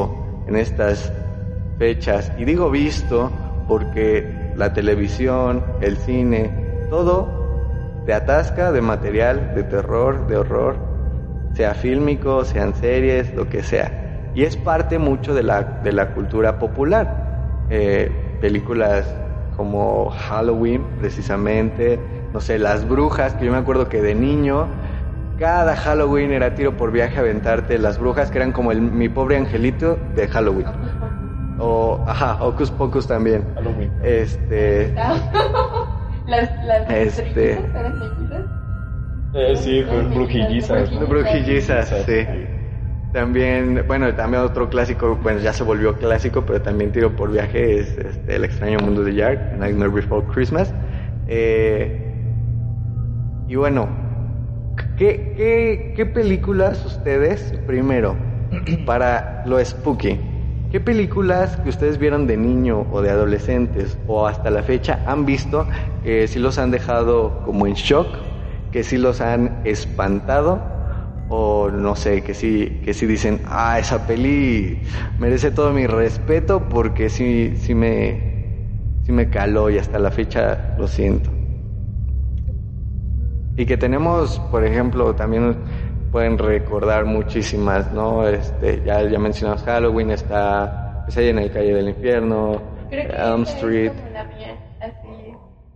en estas fechas. Y digo visto porque la televisión, el cine, todo te atasca de material de terror, de horror, sea fílmico, sean series, lo que sea. Y es parte mucho de la, de la cultura popular. Eh, películas como Halloween, precisamente, no sé, Las Brujas, que yo me acuerdo que de niño, cada Halloween era tiro por viaje aventarte Las Brujas, que eran como el Mi Pobre Angelito de Halloween. O, ajá, Hocus Pocus también. Halloween. Este... las, las este... ¿eran mellizas? Eh, sí, con brujillizas. ¿no? Brujillizas, sí. También, bueno, también otro clásico, bueno, ya se volvió clásico, pero también tiro por viaje, es este, El extraño mundo de Jack, Nightmare Before Christmas. Eh, y bueno, ¿qué, qué, qué películas ustedes, primero, para lo spooky, qué películas que ustedes vieron de niño o de adolescentes o hasta la fecha han visto que sí los han dejado como en shock, que sí los han espantado? O no sé, que sí, que sí dicen, ah, esa peli merece todo mi respeto porque sí, sí me, sí me caló y hasta la fecha lo siento. Y que tenemos, por ejemplo, también pueden recordar muchísimas, ¿no? Este, ya, ya mencionamos Halloween, está pues ahí en el Calle del Infierno, Elm Street. Es como la mía, así.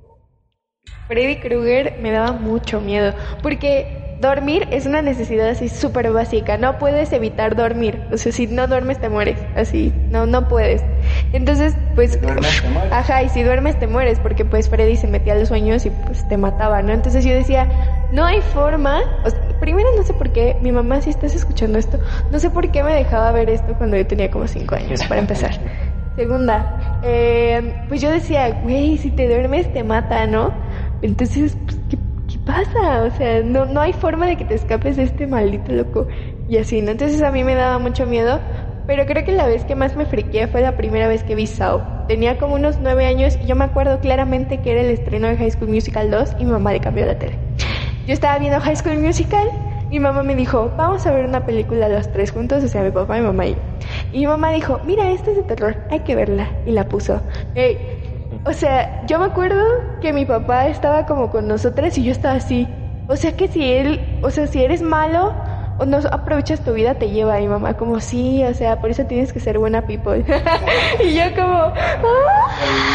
Freddy Krueger me daba mucho miedo porque dormir es una necesidad así súper básica. No puedes evitar dormir. O sea, si no duermes te mueres. Así, no, no puedes. Entonces, pues... Si duermes, te mueres. Ajá, y si duermes te mueres porque pues Freddy se metía a los sueños y pues te mataba, ¿no? Entonces yo decía, no hay forma... O sea, primero no sé por qué, mi mamá, si estás escuchando esto, no sé por qué me dejaba ver esto cuando yo tenía como cinco años, para empezar. Segunda, eh, pues yo decía, güey, si te duermes te mata, ¿no? Entonces, pues, ¿qué ¿qué pasa? O sea, no, no hay forma de que te escapes de este maldito loco. Y así, ¿no? Entonces a mí me daba mucho miedo. Pero creo que la vez que más me friqué fue la primera vez que vi Saw. Tenía como unos nueve años y yo me acuerdo claramente que era el estreno de High School Musical dos y mi mamá le cambió la tele. Yo estaba viendo High School Musical, mi mamá me dijo, vamos a ver una película los tres juntos, o sea, mi papá, mi mamá y yo. Y mi mamá dijo, mira, esta es de terror, hay que verla. Y la puso. Hey, o sea, yo me acuerdo que mi papá estaba como con nosotras y yo estaba así. O sea que si él, o sea, si eres malo o no aprovechas tu vida, te lleva. Y mi mamá como, sí, o sea, por eso tienes que ser buena people. Y yo como, ¡ah!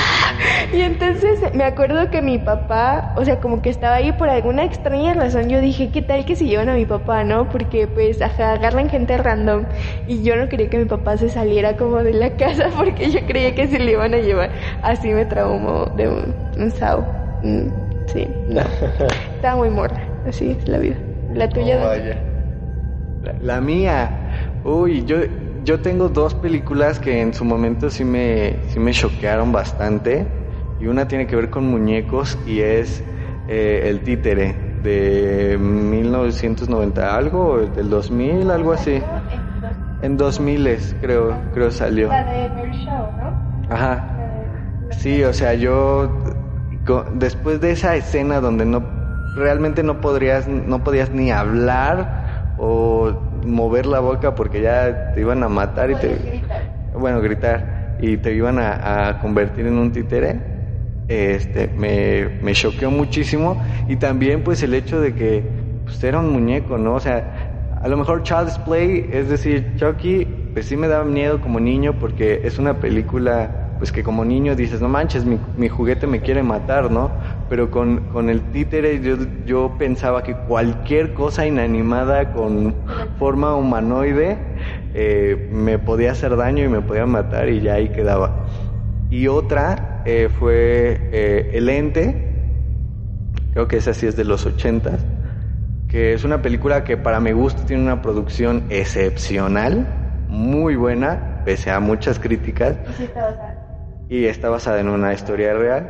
Y entonces me acuerdo que mi papá, o sea, como que estaba ahí por alguna extraña razón. Yo dije, ¿qué tal que se llevan a mi papá, no? Porque pues, ajá, agarran gente random. Y yo no quería que mi papá se saliera como de la casa porque yo creía que se le iban a llevar. Así me traumó de un, un Saw. Mm, sí, no. Estaba muy morra, así es la vida. La tuya. Oh, vaya. La, la mía, uy, yo, yo tengo dos películas que en su momento sí me, sí me choquearon bastante. Y una tiene que ver con muñecos y es eh, El Títere de mil novecientos noventa algo, del dos mil, algo así. En dos mil creo, creo salió. La de Mary Shaw, ¿no? Ajá. Sí, o sea, yo después de esa escena donde no realmente no podrías no podías ni hablar o mover la boca porque ya te iban a matar y te bueno, gritar y te iban a, a convertir en un títere. Este, me, me choqueó muchísimo y también pues el hecho de que pues era un muñeco, ¿no? O sea, a lo mejor Child's Play, es decir, Chucky, pues sí me daba miedo como niño porque es una película pues que como niño dices, no manches, mi, mi juguete me quiere matar, ¿no? Pero con, con el títere yo, yo pensaba que cualquier cosa inanimada con forma humanoide eh, me podía hacer daño y me podía matar y ya ahí quedaba. Y otra eh, fue eh, El Ente, creo que esa sí es de los ochentas, que es una película que para mi gusto tiene una producción excepcional, muy buena, pese a muchas críticas, ¿Y si está basada? y está basada en una historia real.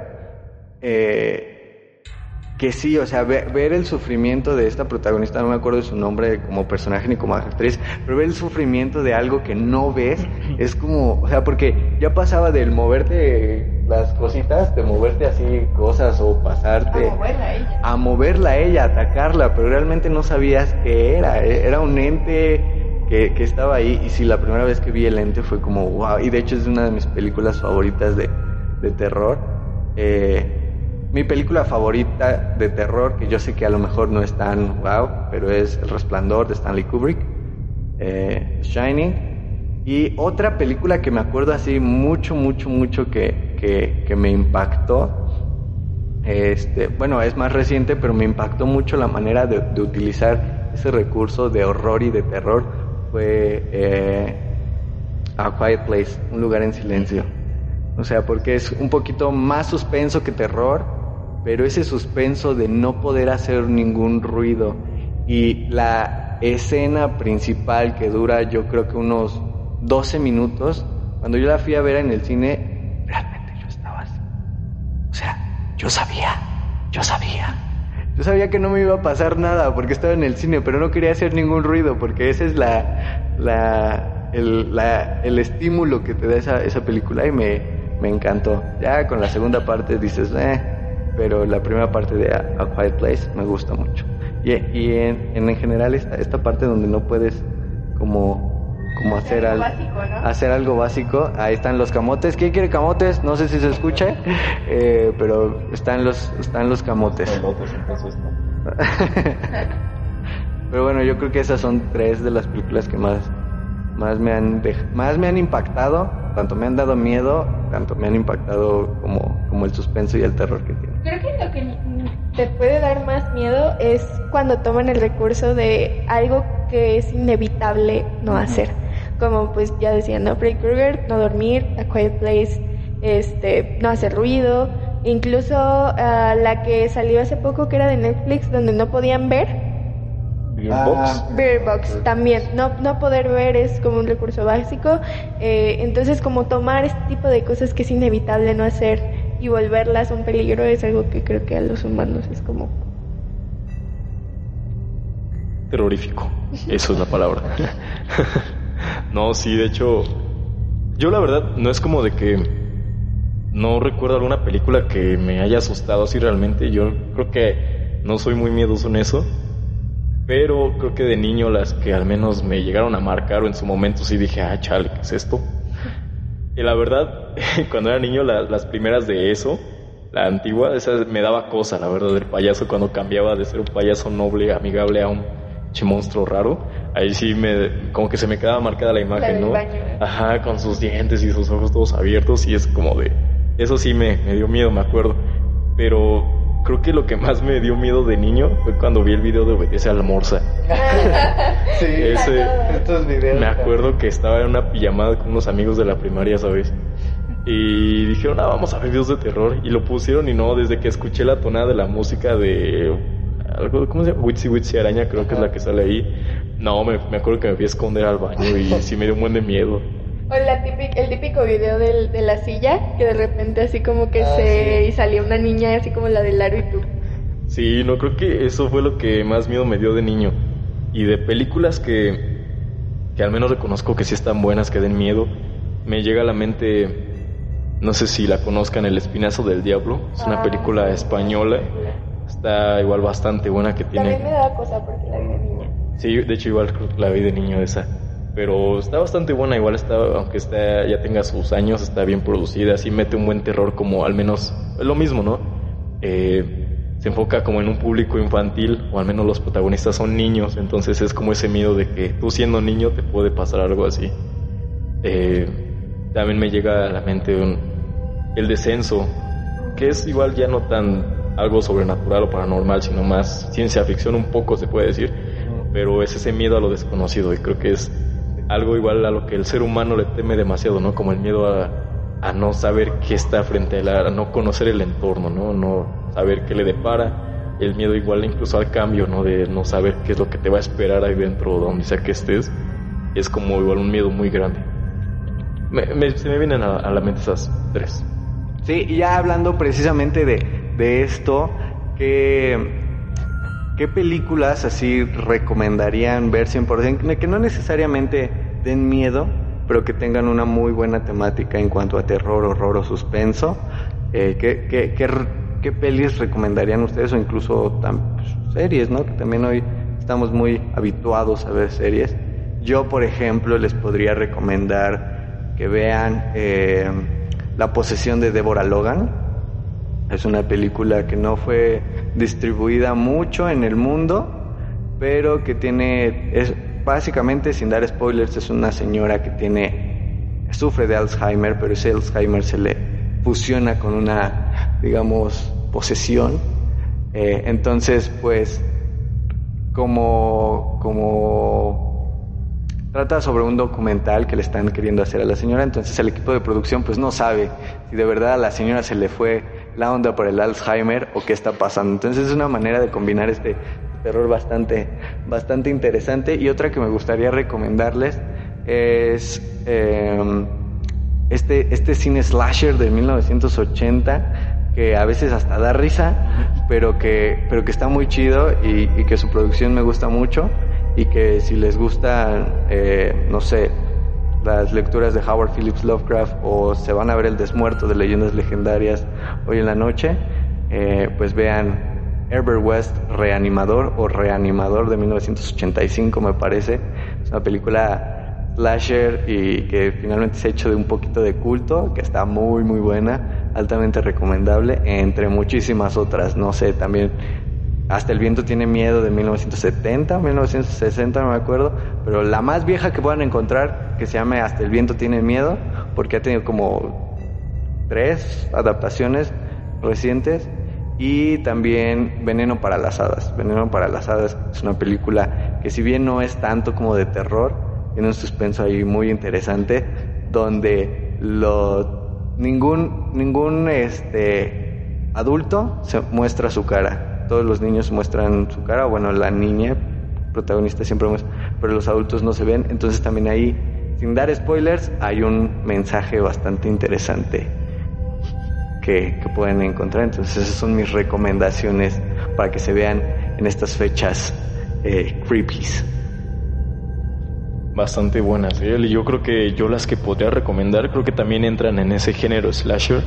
Eh, que sí, o sea, ver, ver el sufrimiento de esta protagonista, no me acuerdo de su nombre como personaje ni como actriz, pero ver el sufrimiento de algo que no ves, es como, o sea, porque ya pasaba del moverte las cositas, de moverte así cosas o pasarte, A moverla a ella. a moverla a ella, a atacarla, pero realmente no sabías qué era, era un ente que, que estaba ahí. Y sí, la primera vez que vi El Ente fue como wow. Y de hecho es una de mis películas favoritas de, de terror. Eh, mi película favorita de terror, que yo sé que a lo mejor no es tan wow, pero es El Resplandor de Stanley Kubrick, eh, Shining. Y otra película que me acuerdo así mucho, mucho, mucho que, que, que me impactó. Este, bueno, es más reciente, pero me impactó mucho la manera de, de utilizar ese recurso de horror y de terror. Fue eh, A Quiet Place, Un Lugar en Silencio. O sea, porque es un poquito más suspenso que terror, pero ese suspenso de no poder hacer ningún ruido. Y la escena principal que dura yo creo que unos doce minutos, cuando yo la fui a ver en el cine, realmente yo estaba así. O sea, yo sabía, yo sabía. Yo sabía que no me iba a pasar nada porque estaba en el cine, pero no quería hacer ningún ruido porque ese es la, la, el, la, el estímulo que te da esa, esa película y me, me encantó. Ya con la segunda parte dices, eh, pero la primera parte de A, A Quiet Place me gusta mucho. Y, y en, en general esta, esta parte donde no puedes como... como hacer, al, básico, ¿no? hacer algo básico. Ahí están los camotes. ¿Quién quiere camotes? No sé si se escucha, eh, pero están los están los camotes. Pero bueno, yo creo que esas son tres de las películas que más más me han dej- más me han impactado. Tanto me han dado miedo, tanto me han impactado como como el suspenso y el terror que tiene. Creo que lo que te puede dar más miedo es cuando toman el recurso de algo que es inevitable no hacer. Como pues ya decía, ¿no? Freddy Krueger, no dormir, A Quiet Place, este, no hacer ruido. Incluso uh, la que salió hace poco que era de Netflix, donde no podían ver. Beer Box. Beer Box también, no, no poder ver es como un recurso básico. Eh, entonces como tomar este tipo de cosas que es inevitable no hacer y volverlas un peligro es algo que creo que a los humanos es como... Terrorífico, eso es la palabra. No, sí, de hecho, yo la verdad no es como de que no recuerdo alguna película que me haya asustado así realmente. Yo creo que no soy muy miedoso en eso, pero creo que de niño las que al menos me llegaron a marcar o en su momento sí dije, ah, chale, ¿qué es esto? Y la verdad, cuando era niño la, las primeras de eso, la antigua, esa me daba cosa, la verdad, del payaso cuando cambiaba de ser un payaso noble, amigable a un monstruo raro. Ahí sí me como que se me quedaba marcada la imagen, la ¿no? baño, ¿eh? Ajá, con sus dientes y sus ojos todos abiertos y es como de... Eso sí me, me dio miedo, me acuerdo. Pero creo que lo que más me dio miedo de niño fue cuando vi el video de Obedece a la Morsa. Sí, Ese, estos videos. me acuerdo que estaba en una pijamada con unos amigos de la primaria, ¿sabes? Y dijeron, ah, vamos a ver videos de terror. Y lo pusieron y no, desde que escuché la tonada de la música de... algo, ¿cómo se llama? Witsi Witsi Araña, creo que es la que sale ahí. No, me, me acuerdo que me fui a esconder al baño y sí me dio un buen de miedo. O la típica, el típico video del, de la silla, que de repente así como que ah, se... Sí. Y salía una niña así como la del Laro y tú. Sí, no, creo que eso fue lo que más miedo me dio de niño. Y de películas que, que al menos reconozco que sí están buenas, que den miedo, me llega a la mente, no sé si la conozcan, El Espinazo del Diablo. Es una ah, película española. Está igual bastante buena que tiene... También me da cosa porque la vi de niña. Sí, de hecho igual la vi de niño esa. Pero está bastante buena, igual está, aunque está, ya tenga sus años, está bien producida, sí mete un buen terror, como al menos, es lo mismo, ¿no? Eh, se enfoca como en un público infantil, o al menos los protagonistas son niños, entonces es como ese miedo de que tú siendo niño te puede pasar algo así. Eh, también me llega a la mente un, El Descenso, que es igual ya no tan algo sobrenatural o paranormal, sino más ciencia ficción un poco se puede decir, pero es ese miedo a lo desconocido y creo que es algo igual a lo que el ser humano le teme demasiado, ¿no? Como el miedo a, a no saber qué está frente a él, a no conocer el entorno, ¿no? No saber qué le depara, el miedo igual incluso al cambio, ¿no? De no saber qué es lo que te va a esperar ahí dentro, donde sea que estés, es como igual un miedo muy grande. Me, me, se me vienen a, a la mente esas tres. Sí, y ya hablando precisamente de, de esto, que... ¿qué películas así recomendarían ver cien por ciento? Que no necesariamente den miedo, pero que tengan una muy buena temática en cuanto a terror, horror o suspenso. Eh, ¿qué, qué, qué, ¿Qué pelis recomendarían ustedes? O incluso tam, pues, series, ¿no? Que también hoy estamos muy habituados a ver series. yo, por ejemplo, les podría recomendar que vean eh, La posesión de Deborah Logan. Es una película que no fue distribuida mucho en el mundo, pero que tiene, es básicamente, sin dar spoilers, es una señora que tiene, sufre de Alzheimer, pero ese Alzheimer se le fusiona con una, digamos, posesión. Eh, entonces, pues, como, como trata sobre un documental que le están queriendo hacer a la señora, entonces el equipo de producción pues no sabe si de verdad a la señora se le fue la onda por el Alzheimer o qué está pasando. Entonces es una manera de combinar este terror bastante, bastante interesante. Y otra que me gustaría recomendarles es eh, este, este cine slasher de mil novecientos ochenta, que a veces hasta da risa, pero que, pero que está muy chido y, y que su producción me gusta mucho, y que si les gustan, eh, no sé, las lecturas de Howard Phillips Lovecraft, o se van a ver El Desmuerto de Leyendas Legendarias hoy en la noche, eh, pues vean Herbert West Reanimador o Reanimador de mil novecientos ochenta y cinco, me parece. Es una película slasher y que finalmente se ha hecho de un poquito de culto, que está muy muy buena, altamente recomendable, entre muchísimas otras. No sé, también Hasta el viento tiene miedo de mil novecientos setenta, mil novecientos sesenta, no me acuerdo, pero la más vieja que puedan encontrar, que se llame Hasta el viento tiene miedo, porque ha tenido como tres adaptaciones recientes. Y también Veneno para las hadas. Veneno para las hadas es una película que, si bien no es tanto como de terror, tiene un suspenso ahí muy interesante, donde lo ningún ningún este adulto se muestra su cara. Todos los niños muestran su cara, bueno, la niña protagonista siempre muestra, pero los adultos no se ven. Entonces también ahí, sin dar spoilers, hay un mensaje bastante interesante que, que pueden encontrar. Entonces esas son mis recomendaciones para que se vean en estas fechas eh, creepies. Bastante buenas, ¿eh? Y yo creo que yo las que podría recomendar creo que también entran en ese género slasher.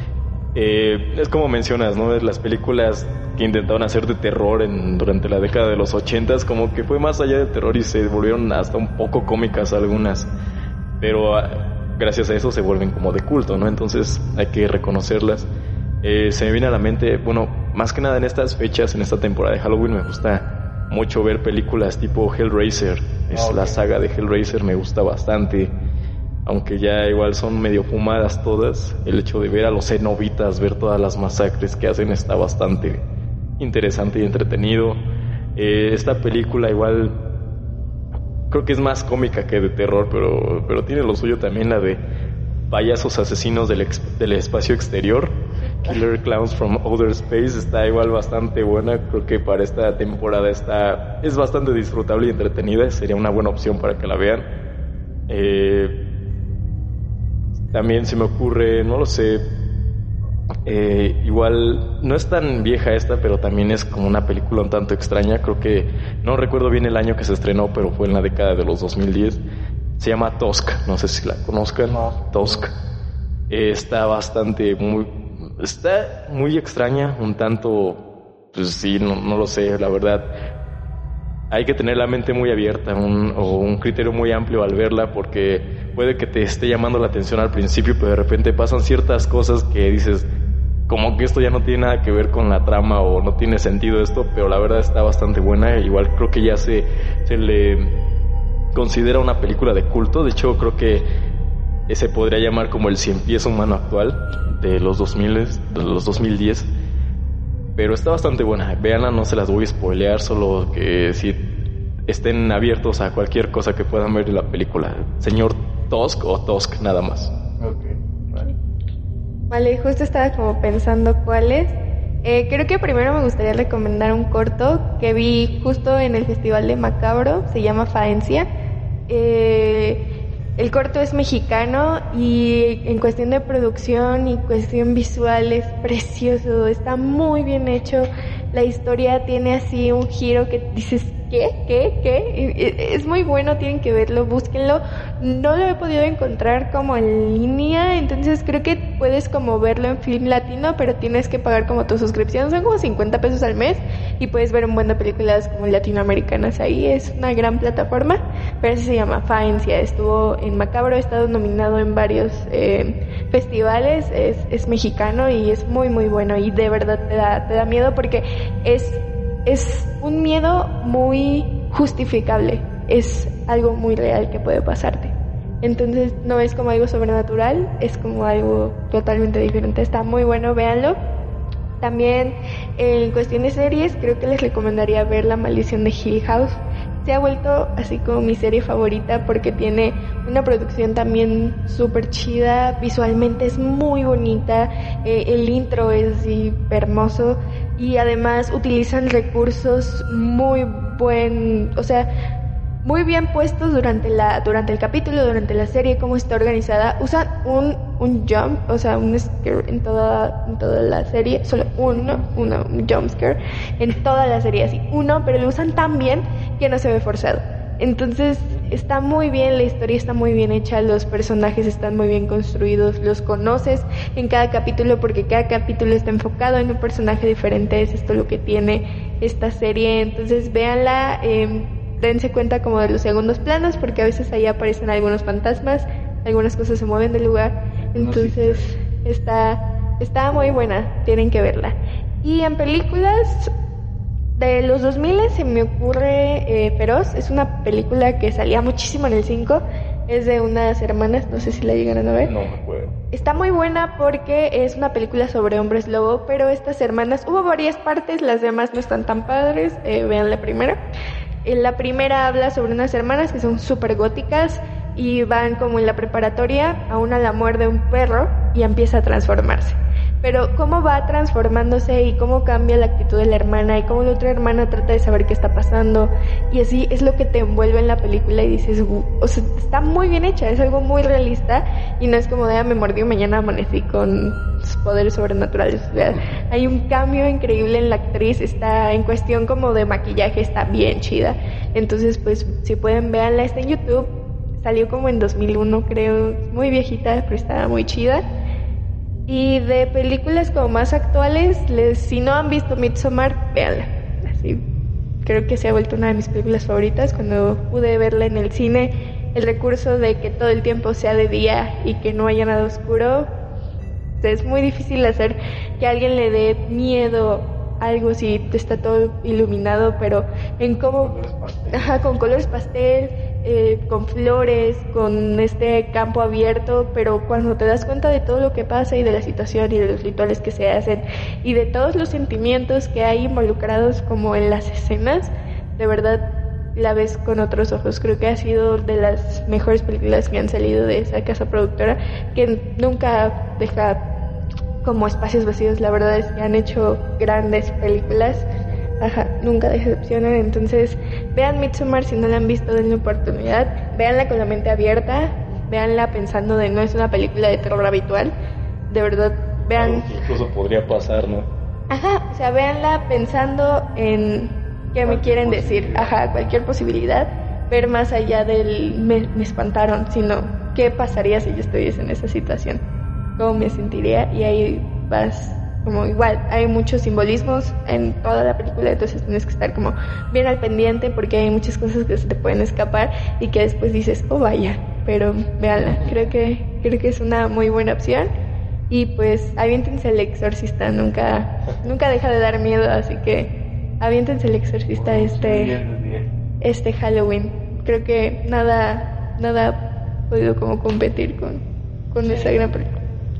Eh, es como mencionas, ¿no? Las películas que intentaron hacer de terror en, durante la década de los ochentas, como que fue más allá de terror y se volvieron hasta un poco cómicas algunas, pero uh, gracias a eso se vuelven como de culto, ¿no? Entonces hay que reconocerlas. Eh, se me viene a la mente, bueno, más que nada en estas fechas, en esta temporada de Halloween, me gusta mucho ver películas tipo Hellraiser. Es okay. La saga de Hellraiser me gusta bastante, aunque ya igual son medio fumadas todas. El hecho de ver a los cenobitas, ver todas las masacres que hacen, está bastante interesante y entretenido. Eh, esta película igual creo que es más cómica que de terror, pero, pero tiene lo suyo también, la de payasos asesinos del, ex, del espacio exterior. Killer Clowns from Outer Space está igual bastante buena. Creo que para esta temporada está es bastante disfrutable y entretenida. Sería una buena opción para que la vean. Eh, también se me ocurre, no lo sé, eh, igual no es tan vieja esta, pero también es como una película un tanto extraña. Creo que no recuerdo bien el año que se estrenó, pero fue en la década de los dos mil diez. Se llama Tusk, no sé si la conozcan. No. Tusk. Eh, está bastante muy Está muy extraña, un tanto, pues sí, no, no lo sé, la verdad. Hay que tener la mente muy abierta un, o un criterio muy amplio al verla, porque puede que te esté llamando la atención al principio, pero de repente pasan ciertas cosas que dices, como que esto ya no tiene nada que ver con la trama o no tiene sentido esto, pero la verdad está bastante buena. Igual creo que ya se, se le considera una película de culto. De hecho, creo que se podría llamar como el cien pies humano actual de los dos mil, de los dos mil diez. Pero está bastante buena. Véanla, no se las voy a spoilear, solo que si estén abiertos a cualquier cosa que puedan ver en la película. Señor Tusk o Tusk, nada más. Okay, vale. Vale, justo estaba como pensando cuáles. Eh, creo que primero me gustaría recomendar un corto que vi justo en el Festival de Macabro. Se llama Faencia. Eh... El corto es mexicano y en cuestión de producción y cuestión visual es precioso, está muy bien hecho. La historia tiene así un giro que dices, ¿qué? ¿Qué? ¿Qué? Es muy bueno, tienen que verlo, búsquenlo. No lo he podido encontrar como en línea, entonces creo que puedes como verlo en Film Latino, pero tienes que pagar como tu suscripción, son como cincuenta pesos al mes y puedes ver un buen de películas como latinoamericanas ahí. Es una gran plataforma, pero así se llama, Faencia. Estuvo en Macabro, ha estado nominado en varios eh, festivales, es, es mexicano y es muy muy bueno y de verdad te da, te da miedo porque es, es un miedo muy justificable, es algo muy real que puede pasarte. Entonces no es como algo sobrenatural, es como algo totalmente diferente. Está muy bueno, véanlo. También en cuestión de series, creo que les recomendaría ver La Maldición de Hill House. Se ha vuelto así como mi serie favorita porque tiene una producción también súper chida, visualmente es muy bonita, eh, el intro es así hermoso y además utilizan recursos muy buen, o sea, muy bien puestos durante la durante el capítulo, durante la serie, cómo está organizada. Usan un un jump, o sea, un scare en toda en toda la serie, solo uno, uno, un jump scare en toda la serie, así uno, pero lo usan tan bien que no se ve forzado. Entonces está muy bien, la historia está muy bien hecha, los personajes están muy bien construidos, los conoces en cada capítulo porque cada capítulo está enfocado en un personaje diferente. Es esto lo que tiene esta serie. Entonces véanla. eh, dense cuenta como de los segundos planos porque a veces ahí aparecen algunos fantasmas, algunas cosas se mueven del lugar, entonces está, está muy buena, tienen que verla. Y en películas de los dos mil se me ocurre eh, Feroz, es una película que salía muchísimo en el cinco, es de unas hermanas, no sé si la llegaron a ver. No me acuerdo. Está muy buena porque es una película sobre hombres lobo, pero estas hermanas, hubo varias partes, las demás no están tan padres, eh, vean la primera. La primera habla sobre unas hermanas que son súper góticas y van como en la preparatoria, a una la muerde un perro y empieza a transformarse. Pero cómo va transformándose y cómo cambia la actitud de la hermana y cómo la otra hermana trata de saber qué está pasando y así es lo que te envuelve en la película y dices, o sea, está muy bien hecha, es algo muy realista y no es como de, ah, me mordió y mañana amanecí con poderes sobrenaturales. O sea, hay un cambio increíble en la actriz, está en cuestión como de maquillaje, está bien chida. Entonces, pues, si pueden, véanla, está en YouTube, salió como en dos mil uno, creo, muy viejita, pero está muy chida. Y de películas como más actuales, les, si no han visto Midsommar, véanla. Así, creo que se ha vuelto una de mis películas favoritas. Cuando pude verla en el cine, el recurso de que todo el tiempo sea de día y que no haya nada oscuro, es muy difícil hacer que a alguien le dé miedo algo si está todo iluminado, pero en cómo, ajá, con colores pastel, eh, con flores, con este campo abierto, pero cuando te das cuenta de todo lo que pasa y de la situación y de los rituales que se hacen y de todos los sentimientos que hay involucrados como en las escenas, de verdad la ves con otros ojos. Creo que ha sido de las mejores películas que han salido de esa casa productora, que nunca deja como espacios vacíos. La verdad es que han hecho grandes películas, ajá, nunca decepcionan. Entonces vean Midsommar, si no la han visto, denle oportunidad, véanla con la mente abierta, véanla pensando de no es una película de terror habitual, de verdad, vean, incluso podría pasar, ¿no? Ajá, o sea, véanla pensando en qué me quieren decir, ajá, cualquier posibilidad, ver más allá del me, me espantaron, sino qué pasaría si yo estuviese en esa situación, cómo me sentiría, y ahí vas como igual, hay muchos simbolismos en toda la película, entonces tienes que estar como bien al pendiente porque hay muchas cosas que se te pueden escapar y que después dices, oh vaya, pero véanla, creo que, creo que es una muy buena opción. Y pues aviéntense El Exorcista, nunca, nunca deja de dar miedo, así que aviéntense El Exorcista este, este Halloween. Creo que nada, nada ha podido como competir con, con esa gran película.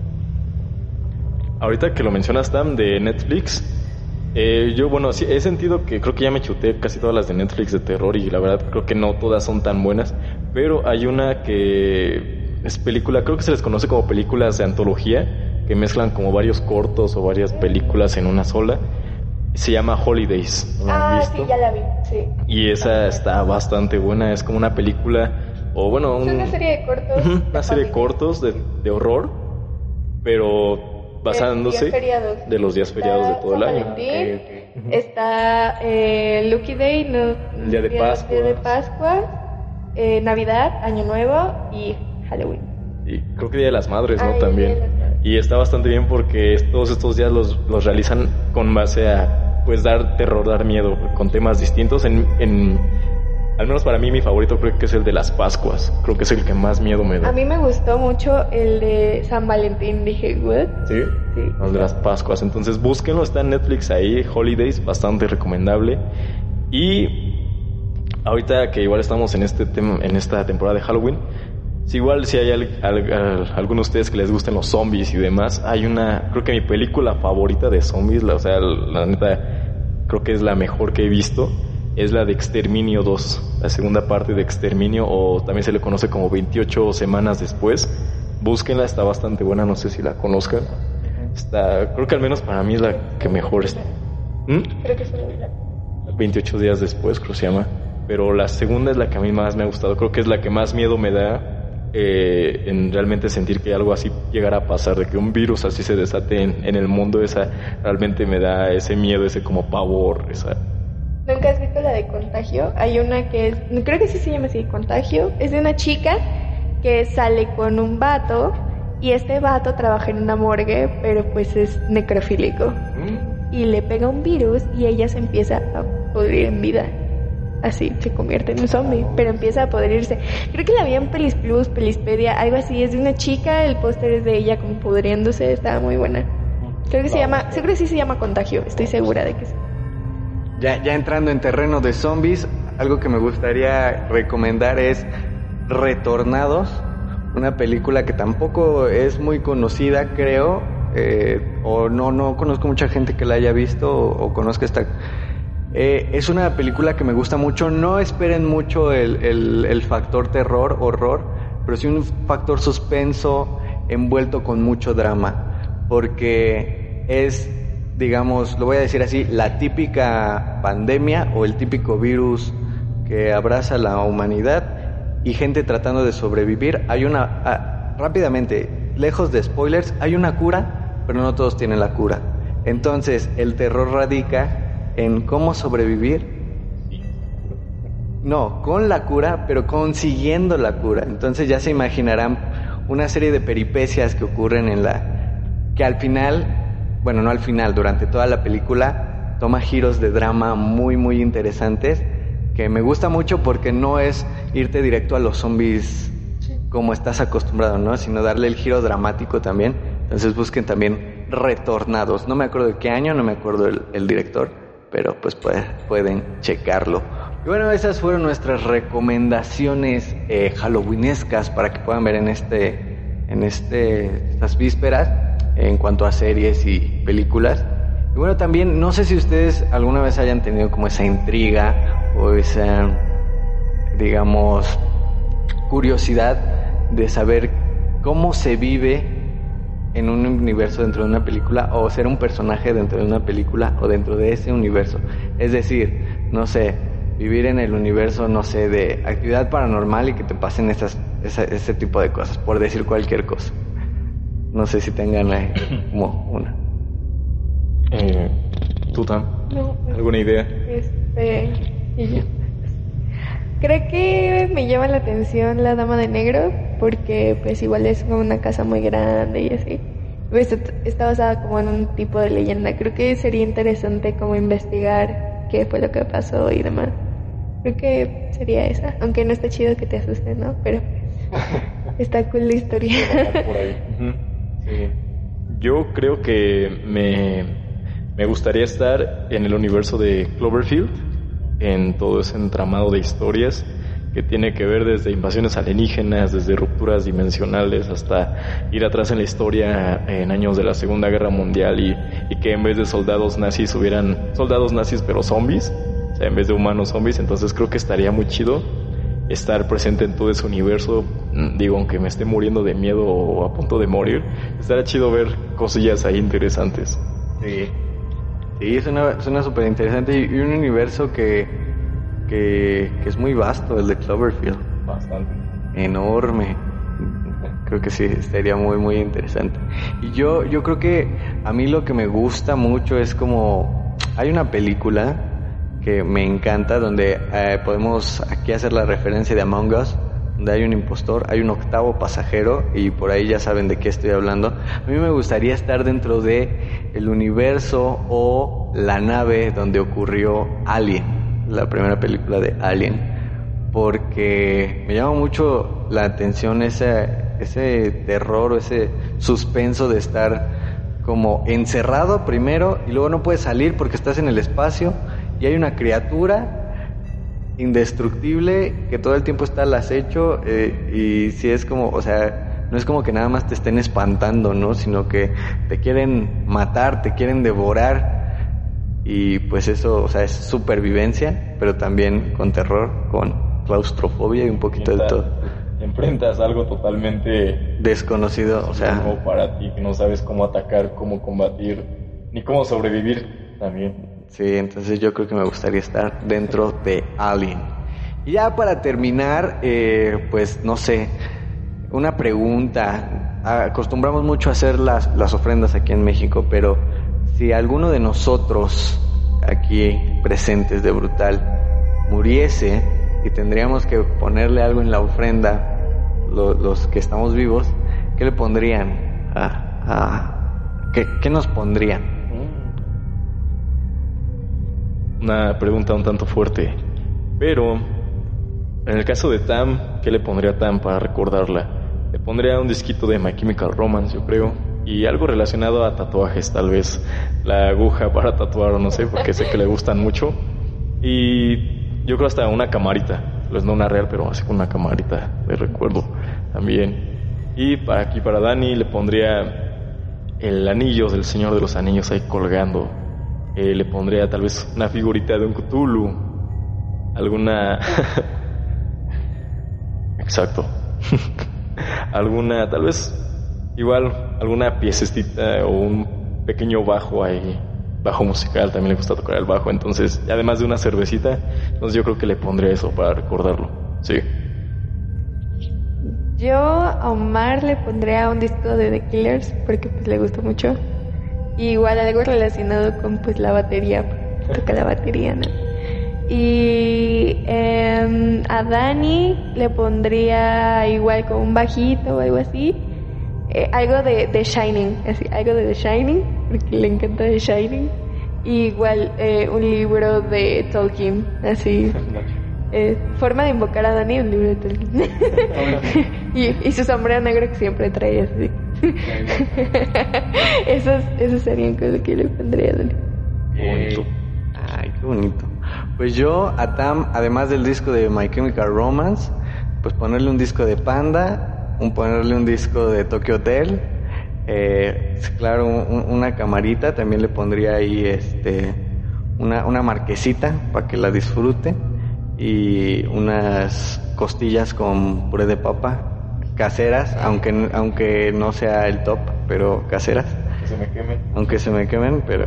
Ahorita que lo mencionas, Tam, de Netflix, eh, yo, bueno, sí, he sentido que creo que ya me chuté casi todas las de Netflix de terror y la verdad creo que no todas son tan buenas, pero hay una que es película, creo que se les conoce como películas de antología, que mezclan como varios cortos o varias películas en una sola. Se llama Holidays. ¿No ah, han visto? Sí, ya la vi, sí. Y esa está bastante buena, es como una película, o bueno... Un, es una serie de cortos. Una serie de cortos de, de horror, pero basándose días feriados. de los días feriados de todo San el año. Valentín, Okay, okay. Uh-huh. Está eh, Lucky Day, no, El día de Pascua. Día de Pascua, eh, Navidad, Año Nuevo y Halloween. Y creo que Día de las Madres, ¿no? Ah, También. Día de las Madres. Y está bastante bien porque todos estos días los, los realizan con base a, pues, dar terror, dar miedo, con temas distintos. En, en, al menos para mí, mi favorito creo que es el de las Pascuas. Creo que es el que más miedo me da. A mí me gustó mucho el de San Valentín, dije, ¿what? ¿Sí? Sí. Los de las Pascuas. Entonces, búsquenlo, está en Netflix ahí, Holidays, bastante recomendable. Y ahorita que igual estamos en, este tema, en esta temporada de Halloween, si igual si hay al, al, al, algunos de ustedes que les gusten los zombies y demás, hay una, creo que mi película favorita de zombies, la, o sea, la, la neta, creo que es la mejor que he visto, es la de Exterminio dos, la segunda parte de Exterminio, o también se le conoce como veintiocho semanas después. Búsquenla, está bastante buena, no sé si la conozcan. Está, creo que al menos para mí es la que mejor está. ¿Mm? Creo que es una... veintiocho días después, creo que se llama. Pero la segunda es la que a mí más me ha gustado. Creo que es la que más miedo me da eh, en realmente sentir que algo así llegara a pasar, de que un virus así se desate en, en el mundo. Esa realmente me da ese miedo, ese como pavor. Esa. ¿Nunca has visto la de Contagio? Hay una que es, creo que sí se llama así, Contagio. Es de una chica que sale con un vato y este vato trabaja en una morgue, pero pues es necrofílico. ¿Mm? Y le pega un virus y ella se empieza a pudrir en vida. Así se convierte en un zombie, pero empieza a pudrirse. Creo que la vi en Pelis Plus, Pelispedia, algo así. Es de una chica, el póster es de ella como pudriéndose, estaba muy buena. Creo que se llama, seguro que sí se llama Contagio, estoy segura de que sí. Ya, ya entrando en terreno de zombies, algo que me gustaría recomendar es Retornados, una película que tampoco es muy conocida, creo, eh, o no, no conozco mucha gente que la haya visto o, o conozca esta... Eh, es una película que me gusta mucho. No esperen mucho el, el, el factor terror, horror, pero sí un factor suspenso envuelto con mucho drama, porque es, digamos, lo voy a decir así, la típica pandemia o el típico virus que abraza a la humanidad y gente tratando de sobrevivir. Hay una, ah, rápidamente, lejos de spoilers, hay una cura, pero no todos tienen la cura. Entonces el terror radica en cómo sobrevivir, no, con la cura, pero consiguiendo la cura. Entonces ya se imaginarán una serie de peripecias que ocurren en la, que al final, bueno, no al final, durante toda la película toma giros de drama muy muy interesantes, que me gusta mucho porque no es irte directo a los zombies como estás acostumbrado, ¿no? Sino darle el giro dramático también. Entonces busquen también Retornados. No me acuerdo de qué año, no me acuerdo el, el director, pero pues puede, pueden checarlo. Y bueno, esas fueron nuestras recomendaciones eh, halloweenescas para que puedan ver en este, en este, estas vísperas eh, en cuanto a series y películas. Y bueno, también no sé si ustedes alguna vez hayan tenido como esa intriga o esa, digamos, curiosidad de saber cómo se vive en un universo dentro de una película, o ser un personaje dentro de una película o dentro de ese universo. Es decir, no sé, vivir en el universo, no sé, de Actividad Paranormal y que te pasen esas, esa, ese tipo de cosas, por decir cualquier cosa. No sé si tengan eh, como una. Eh, ¿Tú, Tam? No, ¿Alguna idea? Este, y yo. Creo que me llama la atención La Dama de Negro, porque pues igual es como una casa muy grande y así. Pues, está basada como en un tipo de leyenda. Creo que sería interesante como investigar qué fue lo que pasó y demás. Creo que sería esa, aunque no está chido que te asustes, ¿no? Pero está cool la historia. Por ahí. Uh-huh. Sí. Yo creo que me, me gustaría estar en el universo de Cloverfield, en todo ese entramado de historias que tiene que ver desde invasiones alienígenas, desde rupturas dimensionales, hasta ir atrás en la historia en años de la Segunda Guerra Mundial y, y que en vez de soldados nazis hubieran soldados nazis pero zombies, o sea, en vez de humanos zombies. Entonces creo que estaría muy chido estar presente en todo ese universo. Digo, aunque me esté muriendo de miedo o a punto de morir, estaría chido ver cosillas ahí interesantes. Sí. Sí, suena, suena súper interesante y un universo que, que, que es muy vasto, el de Cloverfield. Bastante. Enorme. creo que sí, estaría muy, muy interesante. Y yo, yo creo que a mí lo que me gusta mucho es como... Hay una película que me encanta donde eh, podemos aquí hacer la referencia de Among Us, donde hay un impostor, hay un octavo pasajero y por ahí ya saben de qué estoy hablando. A mí me gustaría estar dentro de el universo o la nave donde ocurrió Alien, la primera película de Alien, porque me llama mucho la atención ese, ese terror o ese suspenso de estar como encerrado primero y luego no puedes salir porque estás en el espacio y hay una criatura indestructible que todo el tiempo está al acecho, eh, y si es como, o sea, no es como que nada más te estén espantando, ¿no? Sino que te quieren matar, te quieren devorar, y pues eso, o sea, es supervivencia, pero también con terror, con claustrofobia y un poquito de todo. Enfrentas algo totalmente desconocido, o sea, nuevo para ti, que no sabes cómo atacar, cómo combatir, ni cómo sobrevivir también. Sí, entonces yo creo que me gustaría estar dentro de Alien. Y ya para terminar, eh, pues no sé, una pregunta. Acostumbramos mucho a hacer las, las ofrendas aquí en México, pero si alguno de nosotros aquí presentes de Brutal muriese y tendríamos que ponerle algo en la ofrenda, lo, los que estamos vivos, ¿qué le pondrían? Ah, ah, ¿qué, ¿Qué nos pondrían? Una pregunta un tanto fuerte, pero en el caso de Tam, ¿qué le pondría a Tam para recordarla? Le pondría un disquito de My Chemical Romance, yo creo, y algo relacionado a tatuajes, tal vez la aguja para tatuar o no sé, porque sé que le gustan mucho, y yo creo hasta una camarita, pues no una real, pero así con una camarita de recuerdo también. Y para aquí, para Dani, le pondría el anillo del Señor de los Anillos ahí colgando. Eh, le pondría tal vez una figurita de un Cthulhu, alguna... Exacto. Alguna, tal vez, igual, alguna piececita o un pequeño bajo ahí, bajo musical, también le gusta tocar el bajo, entonces, además de una cervecita, entonces yo creo que le pondré eso para recordarlo, sí. Yo a Omar le pondría un disco de The Killers, porque pues le gusta mucho. Y igual algo relacionado con pues la batería, toca la batería, ¿no? Y eh, a Dani le pondría igual con un bajito o algo así, eh, algo de The Shining, así, algo de The Shining, porque le encanta The Shining. Y igual eh, un libro de Tolkien, así, eh, forma de invocar a Dani, un libro de Tolkien. y, y su sombrero negro que siempre trae así. esos, esos serían cosas que le pondría a Dani. Bonito. Ay, qué bonito. Pues yo a Tam, además del disco de My Chemical Romance, pues ponerle un disco de Panda, un ponerle un disco de Tokyo Hotel, eh, claro, un, una camarita, también le pondría ahí este una, una marquesita para que la disfrute, y unas costillas con puré de papa caseras, aunque aunque no sea el top, pero caseras. Que se me quemen. Aunque se me quemen, pero...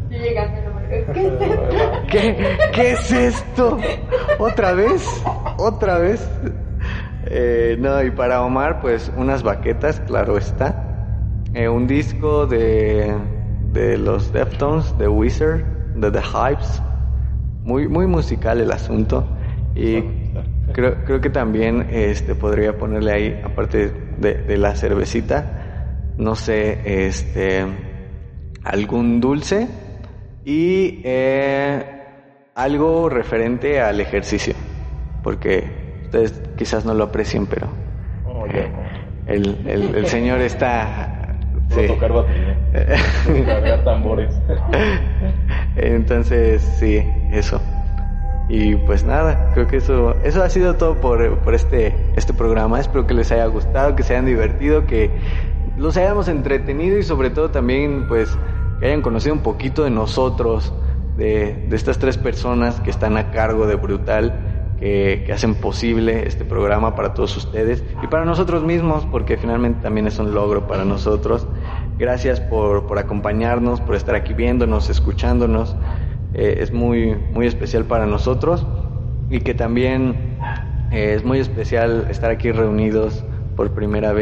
¿Qué? ¿Qué, ¿Qué es esto? ¿Otra vez? ¿Otra vez? Eh, no, y para Omar, pues unas baquetas, claro está. Eh, un disco de, de los Deftones, de Wizard, de The Hypes. Muy, muy musical el asunto. Y creo, creo que también este, podría ponerle ahí, aparte de, de la cervecita, no sé, este, algún dulce y eh, algo referente al ejercicio, porque ustedes quizás no lo aprecien, pero eh, el, el, el señor está... Sí. Tocar batería, cargar tambores. Entonces, sí, eso. Y pues nada, creo que eso eso ha sido todo por, por este, este programa. Espero que les haya gustado, que se hayan divertido, que los hayamos entretenido y sobre todo también pues que hayan conocido un poquito de nosotros, de, de estas tres personas que están a cargo de Brutal, que, que hacen posible este programa para todos ustedes y para nosotros mismos, porque finalmente también es un logro para nosotros. Gracias por, por acompañarnos, por estar aquí viéndonos, escuchándonos. Eh, es muy, muy especial para nosotros, y que también eh, es muy especial estar aquí reunidos por primera vez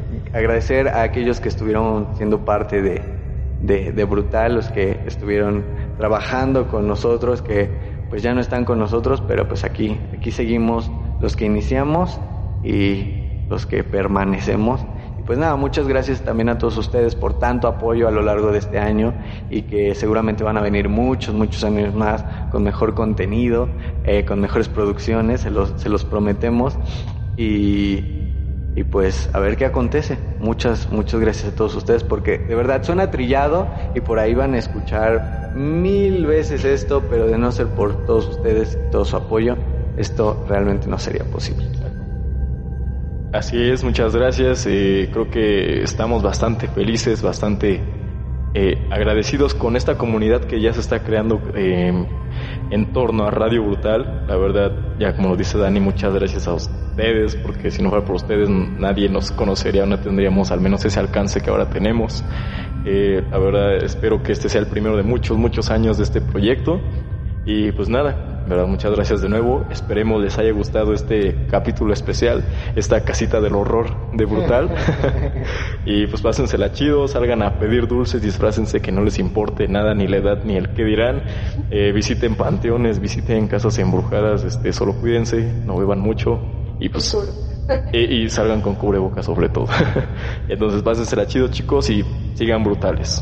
agradecer a aquellos que estuvieron siendo parte de, de, de Brutal, los que estuvieron trabajando con nosotros, que pues ya no están con nosotros, pero pues aquí, aquí seguimos los que iniciamos y los que permanecemos. Y pues nada, muchas gracias también a todos ustedes por tanto apoyo a lo largo de este año, y que seguramente van a venir muchos, muchos años más con mejor contenido, eh, con mejores producciones, se los, se los prometemos. Y... Y pues a ver qué acontece. Muchas, muchas gracias a todos ustedes, porque de verdad suena trillado y por ahí van a escuchar mil veces esto, pero de no ser por todos ustedes y todo su apoyo, esto realmente no sería posible. Así es, muchas gracias. Eh, creo que estamos bastante felices, bastante eh, agradecidos con esta comunidad que ya se está creando eh, en torno a Radio Brutal. La verdad, ya como lo dice Dani, muchas gracias a ustedes, porque si no fuera por ustedes nadie nos conocería, no tendríamos al menos ese alcance que ahora tenemos. Eh, la verdad, espero que este sea el primero de muchos, muchos años de este proyecto. Y pues nada, verdad, muchas gracias de nuevo. Esperemos les haya gustado este capítulo especial, esta casita del horror de Brutal. Y pues pásensela chido, salgan a pedir dulces, disfrácense, que no les importe nada, ni la edad, ni el qué dirán. Eh, visiten panteones, visiten casas embrujadas, este, solo cuídense, no beban mucho y pues y, y salgan con cubrebocas sobre todo. Entonces pásensela chido, chicos, y sigan brutales.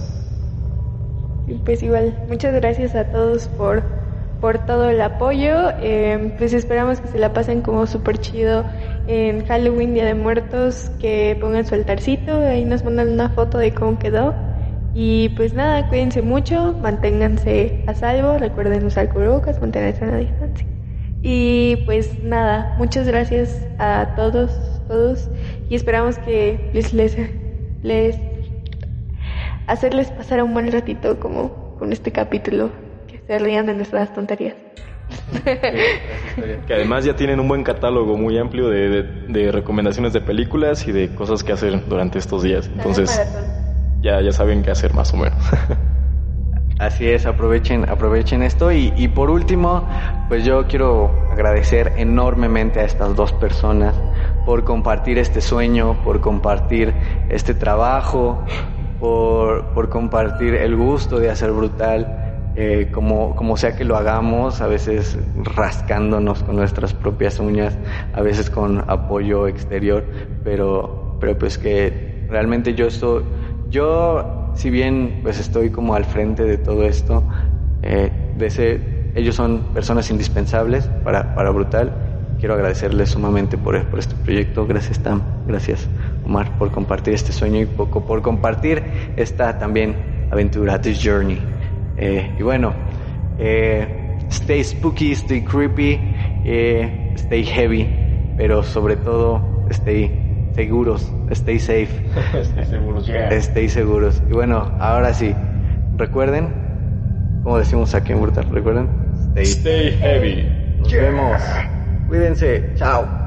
Pues igual, muchas gracias a todos por por todo el apoyo. Eh, pues esperamos que se la pasen como súper chido en Halloween, Día de Muertos, que pongan su altarcito, ahí nos mandan una foto de cómo quedó. Y pues nada, cuídense mucho, manténganse a salvo, recuerden usar cubrebocas, mantenerse a la distancia. Y pues nada, muchas gracias a todos, todos, y esperamos que les, les, les hacerles pasar un buen ratito como con este capítulo, que se rían de nuestras tonterías. Que además ya tienen un buen catálogo muy amplio de, de, de recomendaciones de películas y de cosas que hacer durante estos días. Entonces ya, ya saben qué hacer más o menos. Así es, aprovechen, aprovechen esto. Y, y por último, pues yo quiero agradecer enormemente a estas dos personas por compartir este sueño, por compartir este trabajo, por, por compartir el gusto de hacer Brutal. Eh, como, como sea que lo hagamos, a veces rascándonos con nuestras propias uñas, a veces con apoyo exterior, pero, pero pues que realmente yo estoy, yo si bien pues estoy como al frente de todo esto, eh, de ese, ellos son personas indispensables para, para Brutal. Quiero agradecerles sumamente por, por este proyecto. Gracias, Tam, gracias, Omar, por compartir este sueño y por, por compartir esta también aventura, this journey. Eh, y bueno, eh, stay spooky, stay creepy, eh, stay heavy, pero sobre todo stay seguros, stay safe. Stay seguros, yeah. Stay seguros. Y bueno, ahora sí, recuerden, como decimos aquí en Brutal, recuerden, stay, stay heavy. Nos yeah. vemos. Cuídense. Chao.